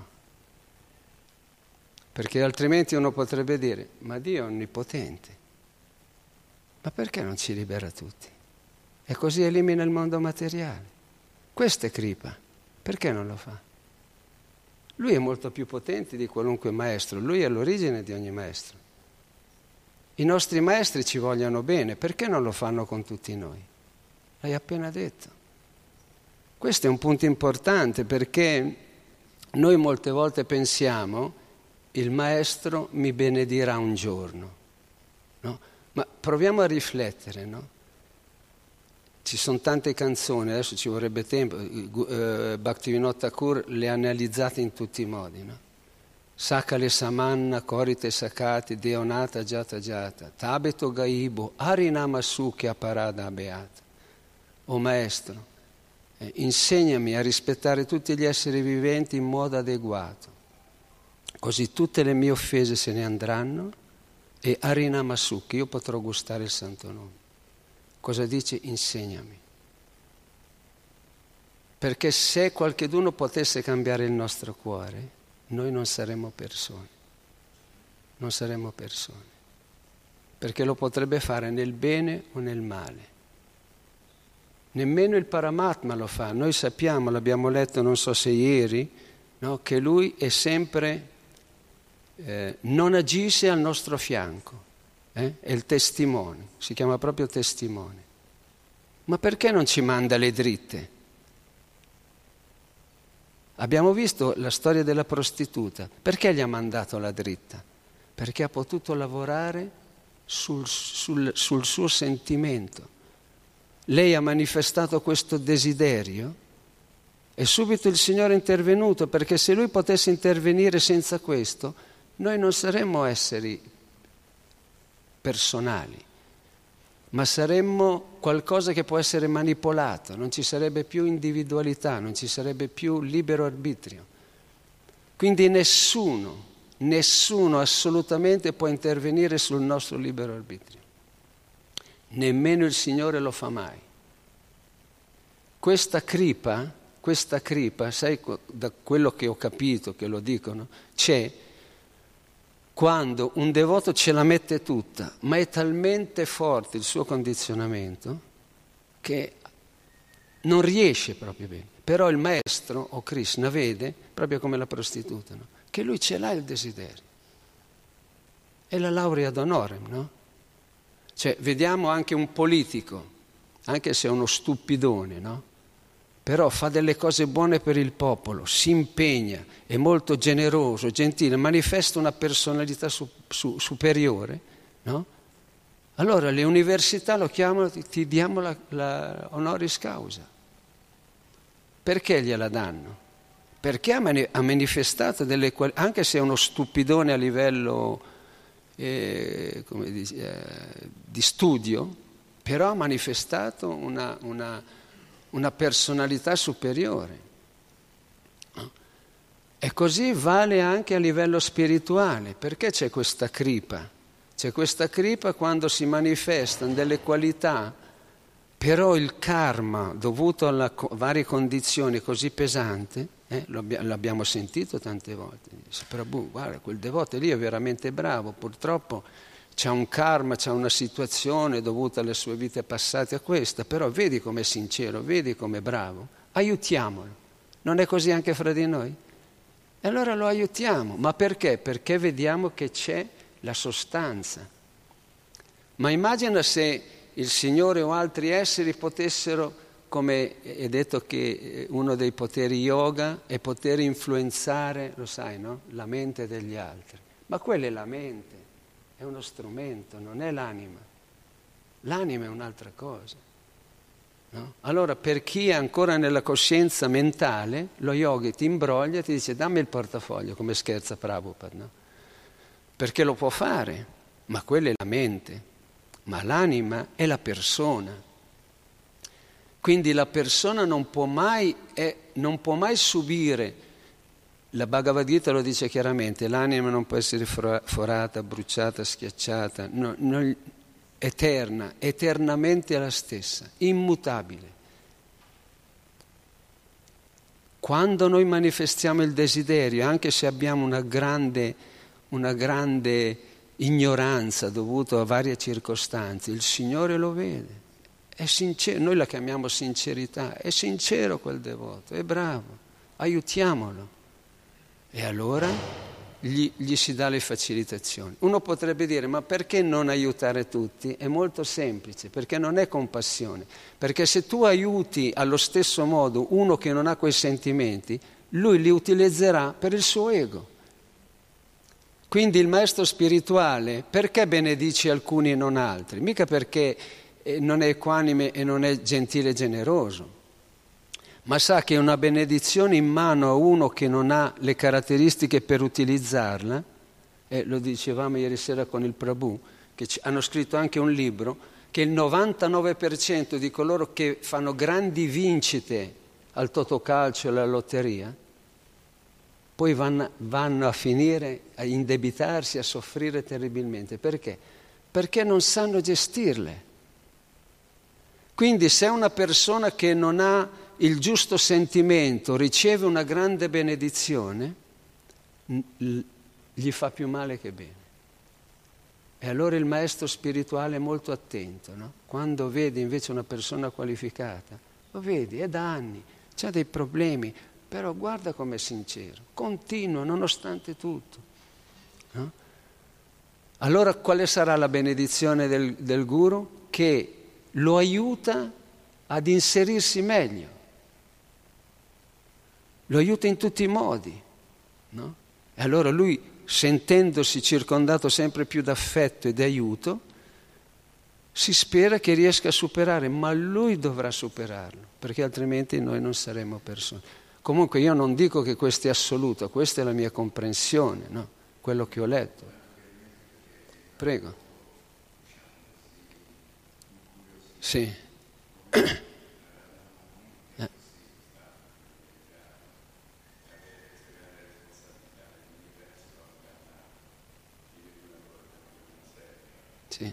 Perché altrimenti uno potrebbe dire, ma Dio è onnipotente, ma perché non ci libera tutti? E così elimina il mondo materiale. Questo è Kripa, perché non lo fa? Lui è molto più potente di qualunque maestro, lui è l'origine di ogni maestro. I nostri maestri ci vogliono bene, perché non lo fanno con tutti noi? L'hai appena detto. Questo è un punto importante perché noi molte volte pensiamo il maestro mi benedirà un giorno, no? Ma proviamo a riflettere, no? Ci sono tante canzoni, adesso ci vorrebbe tempo, Bhaktivinoda Thakur le ha analizzate in tutti i modi, no? Sakale Samanna, Korite Sakati, Deonata Jata Jata, Tabeto Gaibo, Harinama Sukya Parada Beata. O Maestro, insegnami a rispettare tutti gli esseri viventi in modo adeguato, così tutte le mie offese se ne andranno e Harinama Sukya, io potrò gustare il santo nome. Cosa dice? Insegnami. Perché se qualcheduno potesse cambiare il nostro cuore, noi non saremmo persone, perché lo potrebbe fare nel bene o nel male. Nemmeno il Paramatma lo fa, noi sappiamo, l'abbiamo letto non so se ieri, no, che lui è sempre, non agisce al nostro fianco, è il testimone, si chiama proprio testimone. Ma perché non ci manda le dritte? Abbiamo visto la storia della prostituta. Perché gli ha mandato la dritta? Perché ha potuto lavorare sul suo sentimento. Lei ha manifestato questo desiderio e subito il Signore è intervenuto, perché se Lui potesse intervenire senza questo, noi non saremmo esseri personali, ma saremmo qualcosa che può essere manipolato, non ci sarebbe più individualità, non ci sarebbe più libero arbitrio. Quindi nessuno assolutamente può intervenire sul nostro libero arbitrio. Nemmeno il Signore lo fa mai. questa cripa, sai, da quello che ho capito, che lo dicono, c'è quando un devoto ce la mette tutta, ma è talmente forte il suo condizionamento che non riesce proprio bene. Però il maestro o Krishna vede, proprio come la prostituta, no? Che lui ce l'ha il desiderio. È la laurea d'honorem, no? Cioè, vediamo anche un politico, anche se è uno stupidone, no? Però fa delle cose buone per il popolo, si impegna, è molto generoso, gentile, manifesta una personalità superiore, no? Allora le università lo chiamano, ti diamo la honoris causa. Perché gliela danno? Perché ha manifestato delle qualità, anche se è uno stupidone a livello di studio, però ha manifestato una personalità superiore. E così vale anche a livello spirituale. Perché c'è questa cripa? C'è questa cripa quando si manifestano delle qualità, però il karma dovuto a varie condizioni così pesante, l'abbiamo sentito tante volte. Dice, Prabhu, guarda, quel devoto lì è veramente bravo, purtroppo c'ha un karma, c'ha una situazione dovuta alle sue vite passate a questa, però vedi com'è sincero, vedi com'è bravo, aiutiamolo. Non è così anche fra di noi? E allora lo aiutiamo. Ma perché? Perché vediamo che c'è la sostanza. Ma immagina se il Signore o altri esseri potessero, come è detto che uno dei poteri yoga è poter influenzare, lo sai, no? La mente degli altri. Ma quella è la mente, è uno strumento, non è l'anima. L'anima è un'altra cosa. No? Allora, per chi è ancora nella coscienza mentale, lo yogi ti imbroglia e ti dice dammi il portafoglio, come scherza Prabhupada, no? Perché lo può fare, ma quella è la mente. Ma l'anima è la persona. Quindi la persona non può mai subire, la Bhagavad Gita lo dice chiaramente, l'anima non può essere forata, bruciata, schiacciata, eterna, eternamente la stessa, immutabile. Quando noi manifestiamo il desiderio, anche se abbiamo una grande ignoranza dovuta a varie circostanze, il Signore lo vede, è sincero, noi la chiamiamo sincerità, è sincero quel devoto, è bravo, aiutiamolo. E allora gli si dà le facilitazioni. Uno potrebbe dire, ma perché non aiutare tutti? È molto semplice, perché non è compassione, perché se tu aiuti allo stesso modo uno che non ha quei sentimenti, lui li utilizzerà per il suo ego. Quindi il maestro spirituale, perché benedice alcuni e non altri? Mica perché non è equanime e non è gentile e generoso, ma sa che una benedizione in mano a uno che non ha le caratteristiche per utilizzarla, lo dicevamo ieri sera con il Prabhu, che hanno scritto anche un libro, che il 99% di coloro che fanno grandi vincite al totocalcio e alla lotteria, poi vanno a finire a indebitarsi, a soffrire terribilmente. Perché? Perché non sanno gestirle. Quindi se una persona che non ha il giusto sentimento riceve una grande benedizione, gli fa più male che bene. E allora il maestro spirituale è molto attento, no? Quando vede invece una persona qualificata, lo vedi, è da anni, c'ha dei problemi, però guarda com'è sincero, continua nonostante tutto. No? Allora quale sarà la benedizione del guru? Che lo aiuta ad inserirsi meglio, lo aiuta in tutti i modi. No? E allora lui, sentendosi circondato sempre più d'affetto e di aiuto, si spera che riesca a superare, ma lui dovrà superarlo, perché altrimenti noi non saremo persone. Comunque io non dico che questo è assoluto, questa è la mia comprensione, no? Quello che ho letto. Prego. Sì. Sì.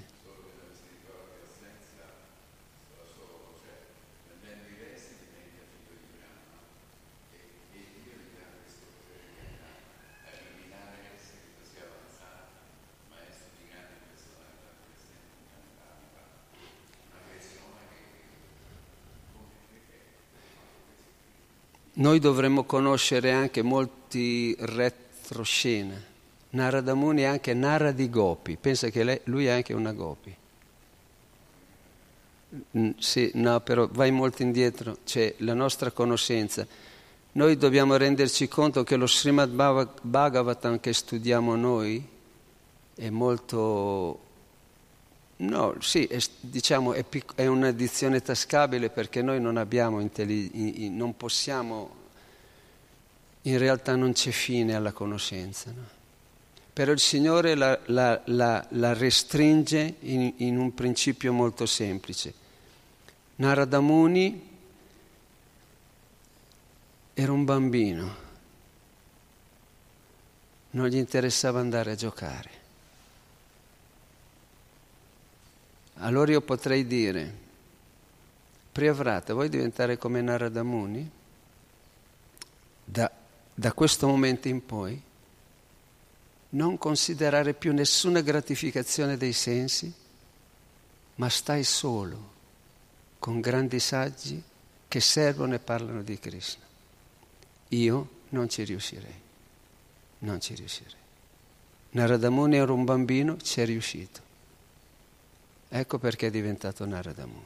Noi dovremmo conoscere anche molti retroscena. Narada Muni è anche Naradi Gopi, pensa che lui è anche una Gopi. Sì, no, però vai molto indietro, c'è la nostra conoscenza. Noi dobbiamo renderci conto che lo Srimad Bhagavatam che studiamo noi è molto... No, sì, diciamo è un'edizione tascabile perché noi non abbiamo non possiamo, in realtà non c'è fine alla conoscenza, no? Però il Signore la restringe in un principio molto semplice. Narada Muni era un bambino, non gli interessava andare a giocare. Allora io potrei dire, Priyavrata, vuoi diventare come Narada Muni? Da questo momento in poi non considerare più nessuna gratificazione dei sensi, ma stai solo con grandi saggi che servono e parlano di Krishna. Io non ci riuscirei. Narada Muni era un bambino, ci è riuscito. Ecco perché è diventato Narada Muni.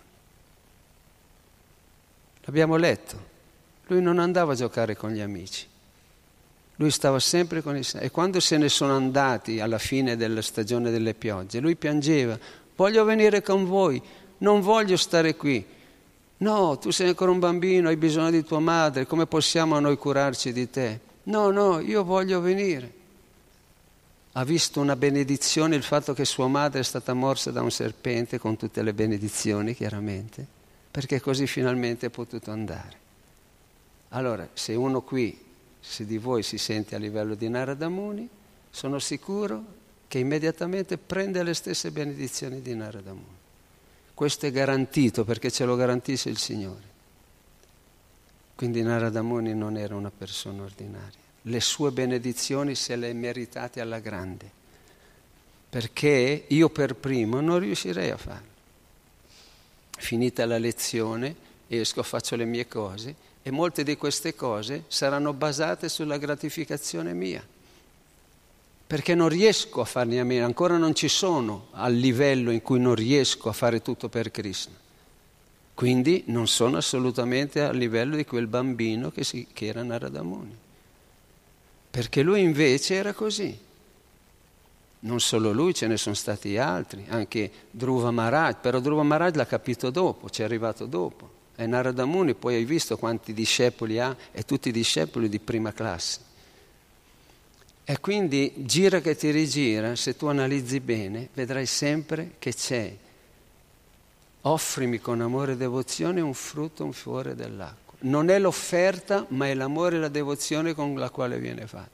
L'abbiamo letto. Lui non andava a giocare con gli amici. Lui stava sempre con i... E quando se ne sono andati alla fine della stagione delle piogge, lui piangeva. Voglio venire con voi, non voglio stare qui. No, tu sei ancora un bambino, hai bisogno di tua madre, come possiamo noi curarci di te? No, io voglio venire. Ha visto una benedizione il fatto che sua madre è stata morsa da un serpente, con tutte le benedizioni chiaramente, perché così finalmente è potuto andare. Allora, se uno qui, se di voi si sente a livello di Narada Muni, sono sicuro che immediatamente prende le stesse benedizioni di Narada Muni. Questo è garantito perché ce lo garantisce il Signore. Quindi Narada Muni non era una persona ordinaria. Le sue benedizioni se le è meritate alla grande, perché io per primo non riuscirei a farlo. Finita la lezione, esco, faccio le mie cose e molte di queste cose saranno basate sulla gratificazione mia, perché non riesco a farne a meno, ancora non ci sono al livello in cui non riesco a fare tutto per Krishna. Quindi non sono assolutamente a livello di quel bambino che era Narada Muni. Perché lui invece era così. Non solo lui, ce ne sono stati altri, anche Dhruva Maharaj, però Dhruva Maharaj l'ha capito dopo, ci è arrivato dopo. E Narada Muni, poi hai visto quanti discepoli ha, e tutti discepoli di prima classe. E quindi gira che ti rigira, se tu analizzi bene, vedrai sempre che c'è, offrimi con amore e devozione un frutto, un fiore dell'acqua. Non è l'offerta, ma è l'amore e la devozione con la quale viene fatta.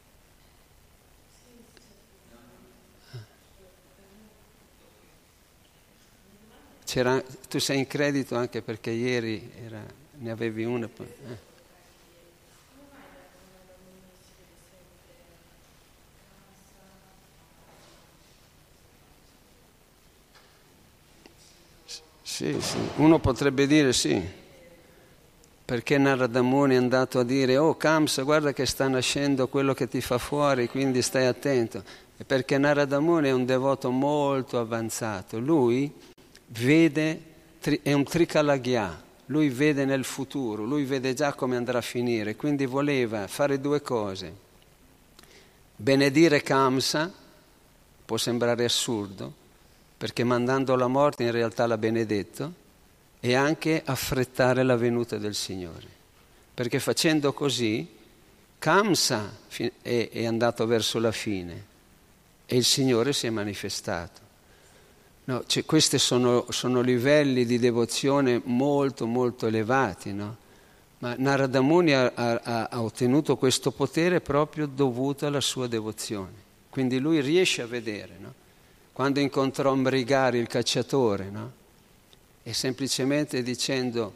Tu sei in credito anche perché ieri ne avevi una. Sì, uno potrebbe dire sì. Perché Narada Muni è andato a dire oh Kamsa, guarda che sta nascendo quello che ti fa fuori, quindi stai attento. E perché Narada Muni è un devoto molto avanzato. Lui vede, è un Trikalagya, lui vede nel futuro, lui vede già come andrà a finire, quindi voleva fare due cose. Benedire Kamsa, può sembrare assurdo, perché mandando la morte in realtà l'ha benedetto, e anche affrettare la venuta del Signore. Perché facendo così, Kamsa è andato verso la fine e il Signore si è manifestato. No, questi sono livelli di devozione molto, molto elevati, no? Ma Narada Muni ha ottenuto questo potere proprio dovuto alla sua devozione. Quindi lui riesce a vedere, no? Quando incontrò Mrigari, il cacciatore, no? E semplicemente dicendo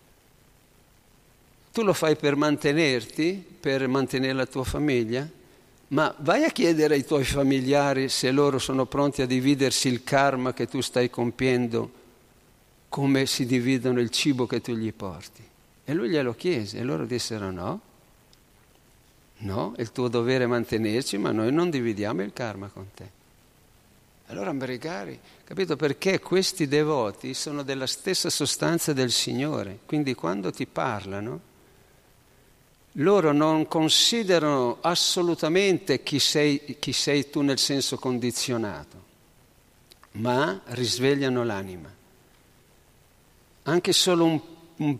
tu lo fai per mantenerti, per mantenere la tua famiglia, ma vai a chiedere ai tuoi familiari se loro sono pronti a dividersi il karma che tu stai compiendo come si dividono il cibo che tu gli porti. E lui glielo chiese e loro dissero no, è il tuo dovere mantenerci, ma noi non dividiamo il karma con te. Allora Ambarighari, capito? Perché questi devoti sono della stessa sostanza del Signore, quindi quando ti parlano, loro non considerano assolutamente chi sei tu nel senso condizionato, ma risvegliano l'anima. Anche solo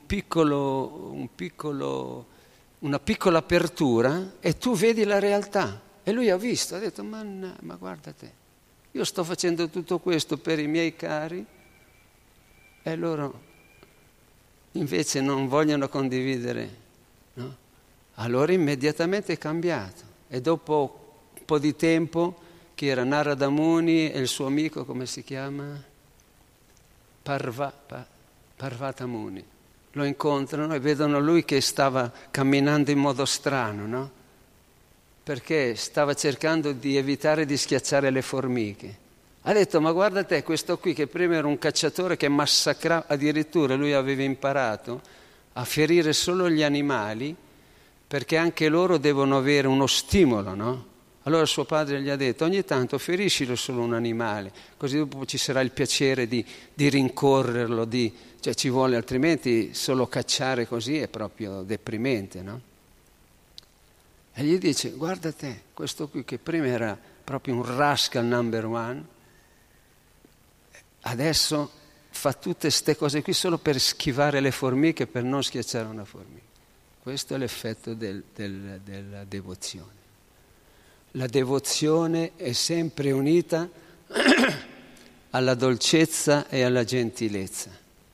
una piccola apertura e tu vedi la realtà. E lui ha visto, ha detto, ma guarda te, io sto facendo tutto questo per i miei cari e loro invece non vogliono condividere, no? Allora immediatamente è cambiato. E dopo un po' di tempo, che era Narada Muni e il suo amico, come si chiama? Parvata Muni. Lo incontrano e vedono lui che stava camminando in modo strano, no? Perché stava cercando di evitare di schiacciare le formiche. Ha detto, ma guarda te, questo qui che prima era un cacciatore che massacrava, addirittura lui aveva imparato a ferire solo gli animali perché anche loro devono avere uno stimolo, no? Allora suo padre gli ha detto, ogni tanto feriscilo solo un animale, così dopo ci sarà il piacere di rincorrerlo, cioè ci vuole, altrimenti solo cacciare così è proprio deprimente, no? E gli dice, guarda te, questo qui che prima era proprio un rascal number one, adesso fa tutte ste cose qui solo per schivare le formiche, per non schiacciare una formica. Questo è l'effetto della devozione. La devozione è sempre unita alla dolcezza e alla gentilezza.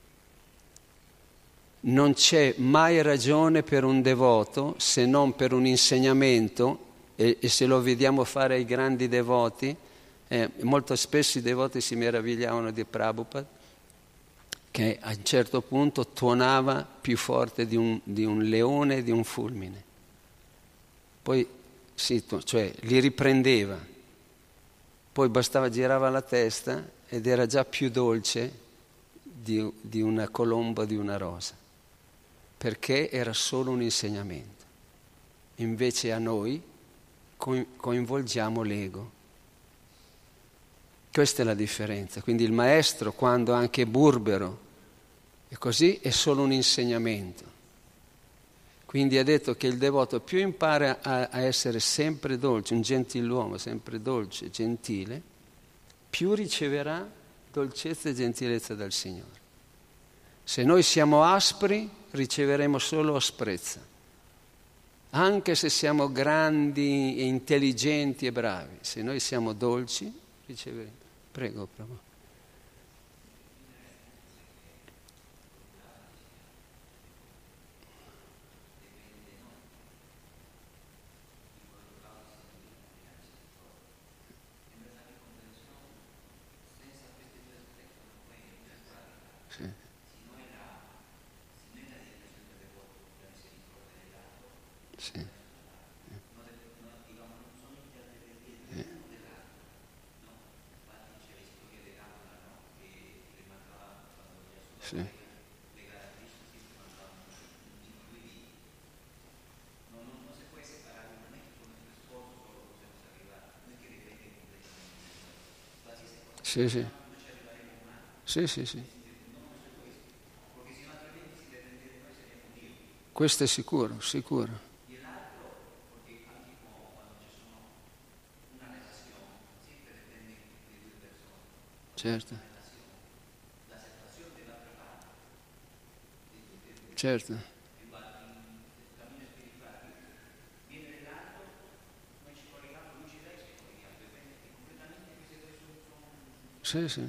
Non c'è mai ragione per un devoto se non per un insegnamento, e se lo vediamo fare ai grandi devoti, molto spesso i devoti si meravigliavano di Prabhupada, che a un certo punto tuonava più forte di un leone e di un fulmine. Poi cioè li riprendeva, poi bastava girava la testa ed era già più dolce di una colomba, di una rosa, perché era solo un insegnamento. Invece a noi coinvolgiamo l'ego. Questa è la differenza. Quindi il maestro, quando anche è burbero e così, è solo un insegnamento. Quindi ha detto che il devoto più impara a essere sempre dolce, un gentiluomo, sempre dolce, gentile, più riceverà dolcezza e gentilezza dal Signore. Se noi siamo aspri, riceveremo solo asprezza. Anche se siamo grandi e intelligenti e bravi, se noi siamo dolci, riceveremo. Prego, Prabhu. Sì. Sì. Sì. Sì, sì. Sì, sì, sì. Questo è sicuro, sicuro. Certo. Certo. Sì, sì.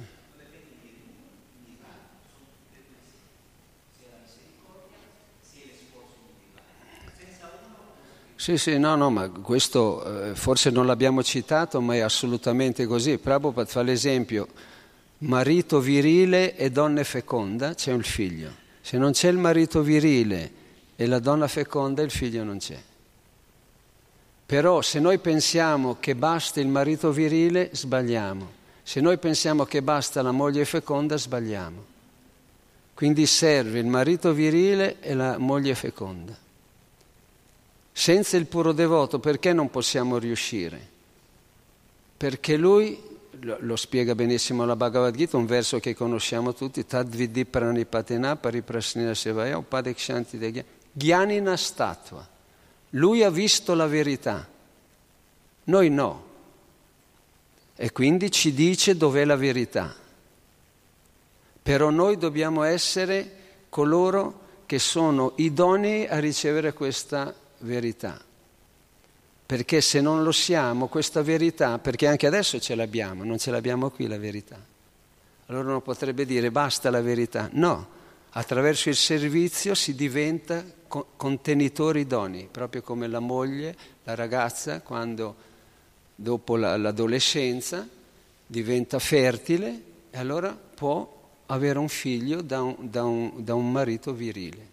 Sì, sì, no, ma questo forse non l'abbiamo citato, ma è assolutamente così. Prabhupada fa l'esempio, marito virile e donna feconda, c'è un figlio. Se non c'è il marito virile e la donna feconda, il figlio non c'è. Però se noi pensiamo che basta il marito virile, sbagliamo. Se noi pensiamo che basta la moglie feconda, sbagliamo. Quindi serve il marito virile e la moglie feconda. Senza il puro devoto perché non possiamo riuscire? Perché lui, lo spiega benissimo la Bhagavad Gita, un verso che conosciamo tutti, Tad vidhi pranipatena pariprasnina sevaya upadekshanti de gyanina statua. Lui ha visto la verità, noi no. E quindi ci dice dov'è la verità. Però noi dobbiamo essere coloro che sono idonei a ricevere questa verità. Perché se non lo siamo, questa verità, perché anche adesso ce l'abbiamo, non ce l'abbiamo qui la verità. Allora uno potrebbe dire basta la verità. No, attraverso il servizio si diventa contenitori idonei, proprio come la moglie, la ragazza, quando dopo l'adolescenza diventa fertile e allora può avere un figlio da un marito virile.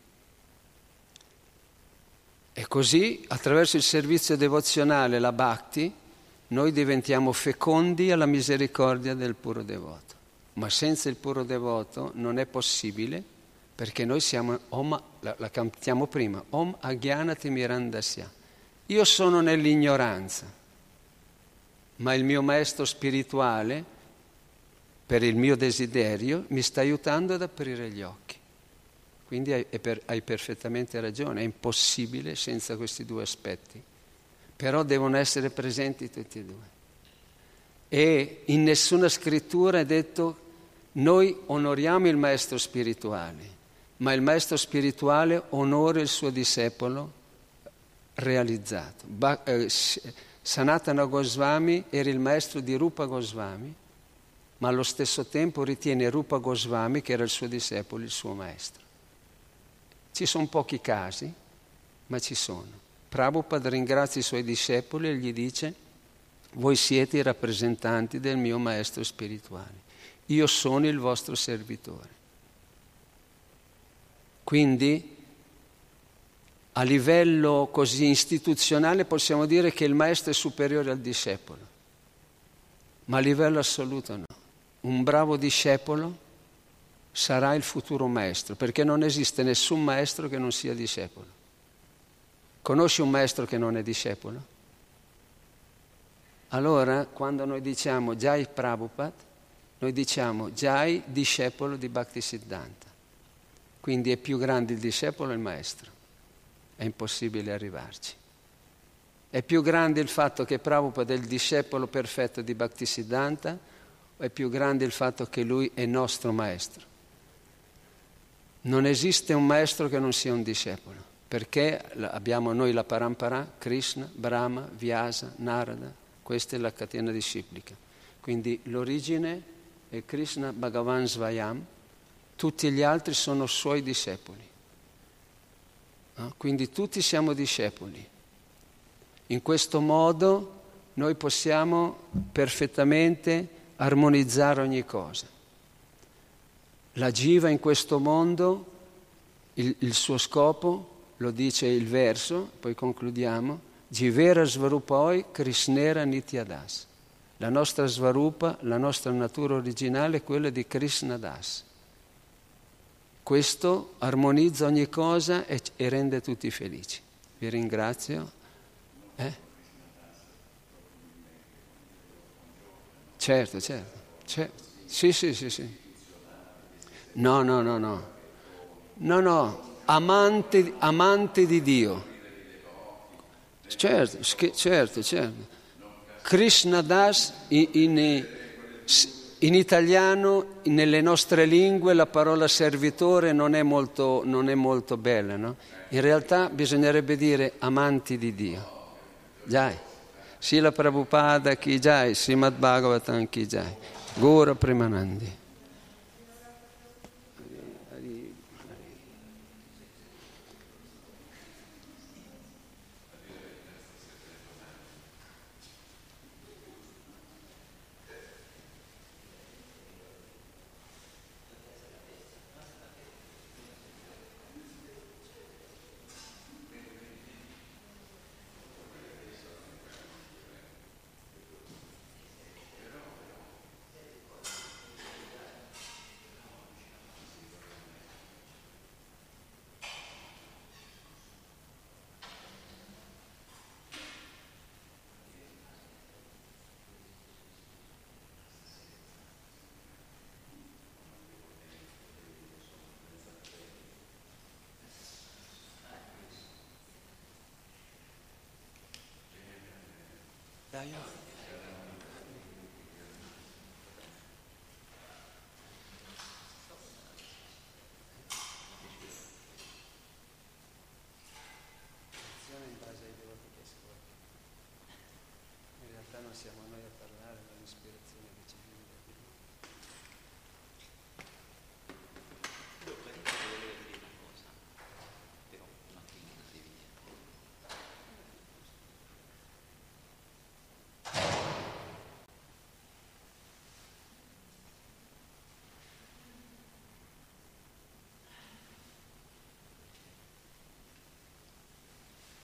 E così, attraverso il servizio devozionale, la bhakti, noi diventiamo fecondi alla misericordia del puro devoto. Ma senza il puro devoto non è possibile, perché noi siamo, la cantiamo prima, Om Agyanati Mirandasya. Io sono nell'ignoranza, ma il mio maestro spirituale, per il mio desiderio, mi sta aiutando ad aprire gli occhi. Quindi hai perfettamente ragione, è impossibile senza questi due aspetti. Però devono essere presenti tutti e due. E in nessuna scrittura è detto noi onoriamo il maestro spirituale, ma il maestro spirituale onora il suo discepolo realizzato. Sanatana Goswami era il maestro di Rupa Goswami, ma allo stesso tempo ritiene Rupa Goswami, che era il suo discepolo, il suo maestro. Ci sono pochi casi, ma ci sono. Prabhupada ringrazia i suoi discepoli e gli dice: voi siete i rappresentanti del mio maestro spirituale, io sono il vostro servitore. Quindi a livello così istituzionale possiamo dire che il maestro è superiore al discepolo, ma a livello assoluto no. Un bravo discepolo sarà il futuro maestro, perché non esiste nessun maestro che non sia discepolo. Conosci un maestro che non è discepolo? Allora, quando noi diciamo Jai Prabhupada, noi diciamo Jai discepolo di Bhaktisiddhanta. Quindi è più grande il discepolo e il maestro. È impossibile arrivarci. È più grande il fatto che Prabhupada è il discepolo perfetto di Bhaktisiddhanta, o è più grande il fatto che lui è nostro maestro? Non esiste un maestro che non sia un discepolo, perché abbiamo noi la parampara, Krishna, Brahma, Vyasa, Narada, questa è la catena disciplica. Quindi l'origine è Krishna Bhagavan Svayam, tutti gli altri sono suoi discepoli. No? Quindi tutti siamo discepoli. In questo modo noi possiamo perfettamente armonizzare ogni cosa. La jiva in questo mondo, il suo scopo, lo dice il verso, poi concludiamo, Jivera Svarupoi Krishnera Nityadas. La nostra Svarupa, la nostra natura originale è quella di Krishna Das. Questo armonizza ogni cosa e rende tutti felici. Vi ringrazio. Certo. Sì. No, amante di Dio. Certo. Krishna Das in italiano, nelle nostre lingue, la parola servitore non è molto bella, no? In realtà bisognerebbe dire amanti di Dio. Jai. Srila Prabhupada Ki Jai, Srimad Bhagavatam Ki Jai, Gora Premanandi. febbraio. In base ai devoti che ascoltano. In realtà non siamo noi a parlare, ma l'ispirazione.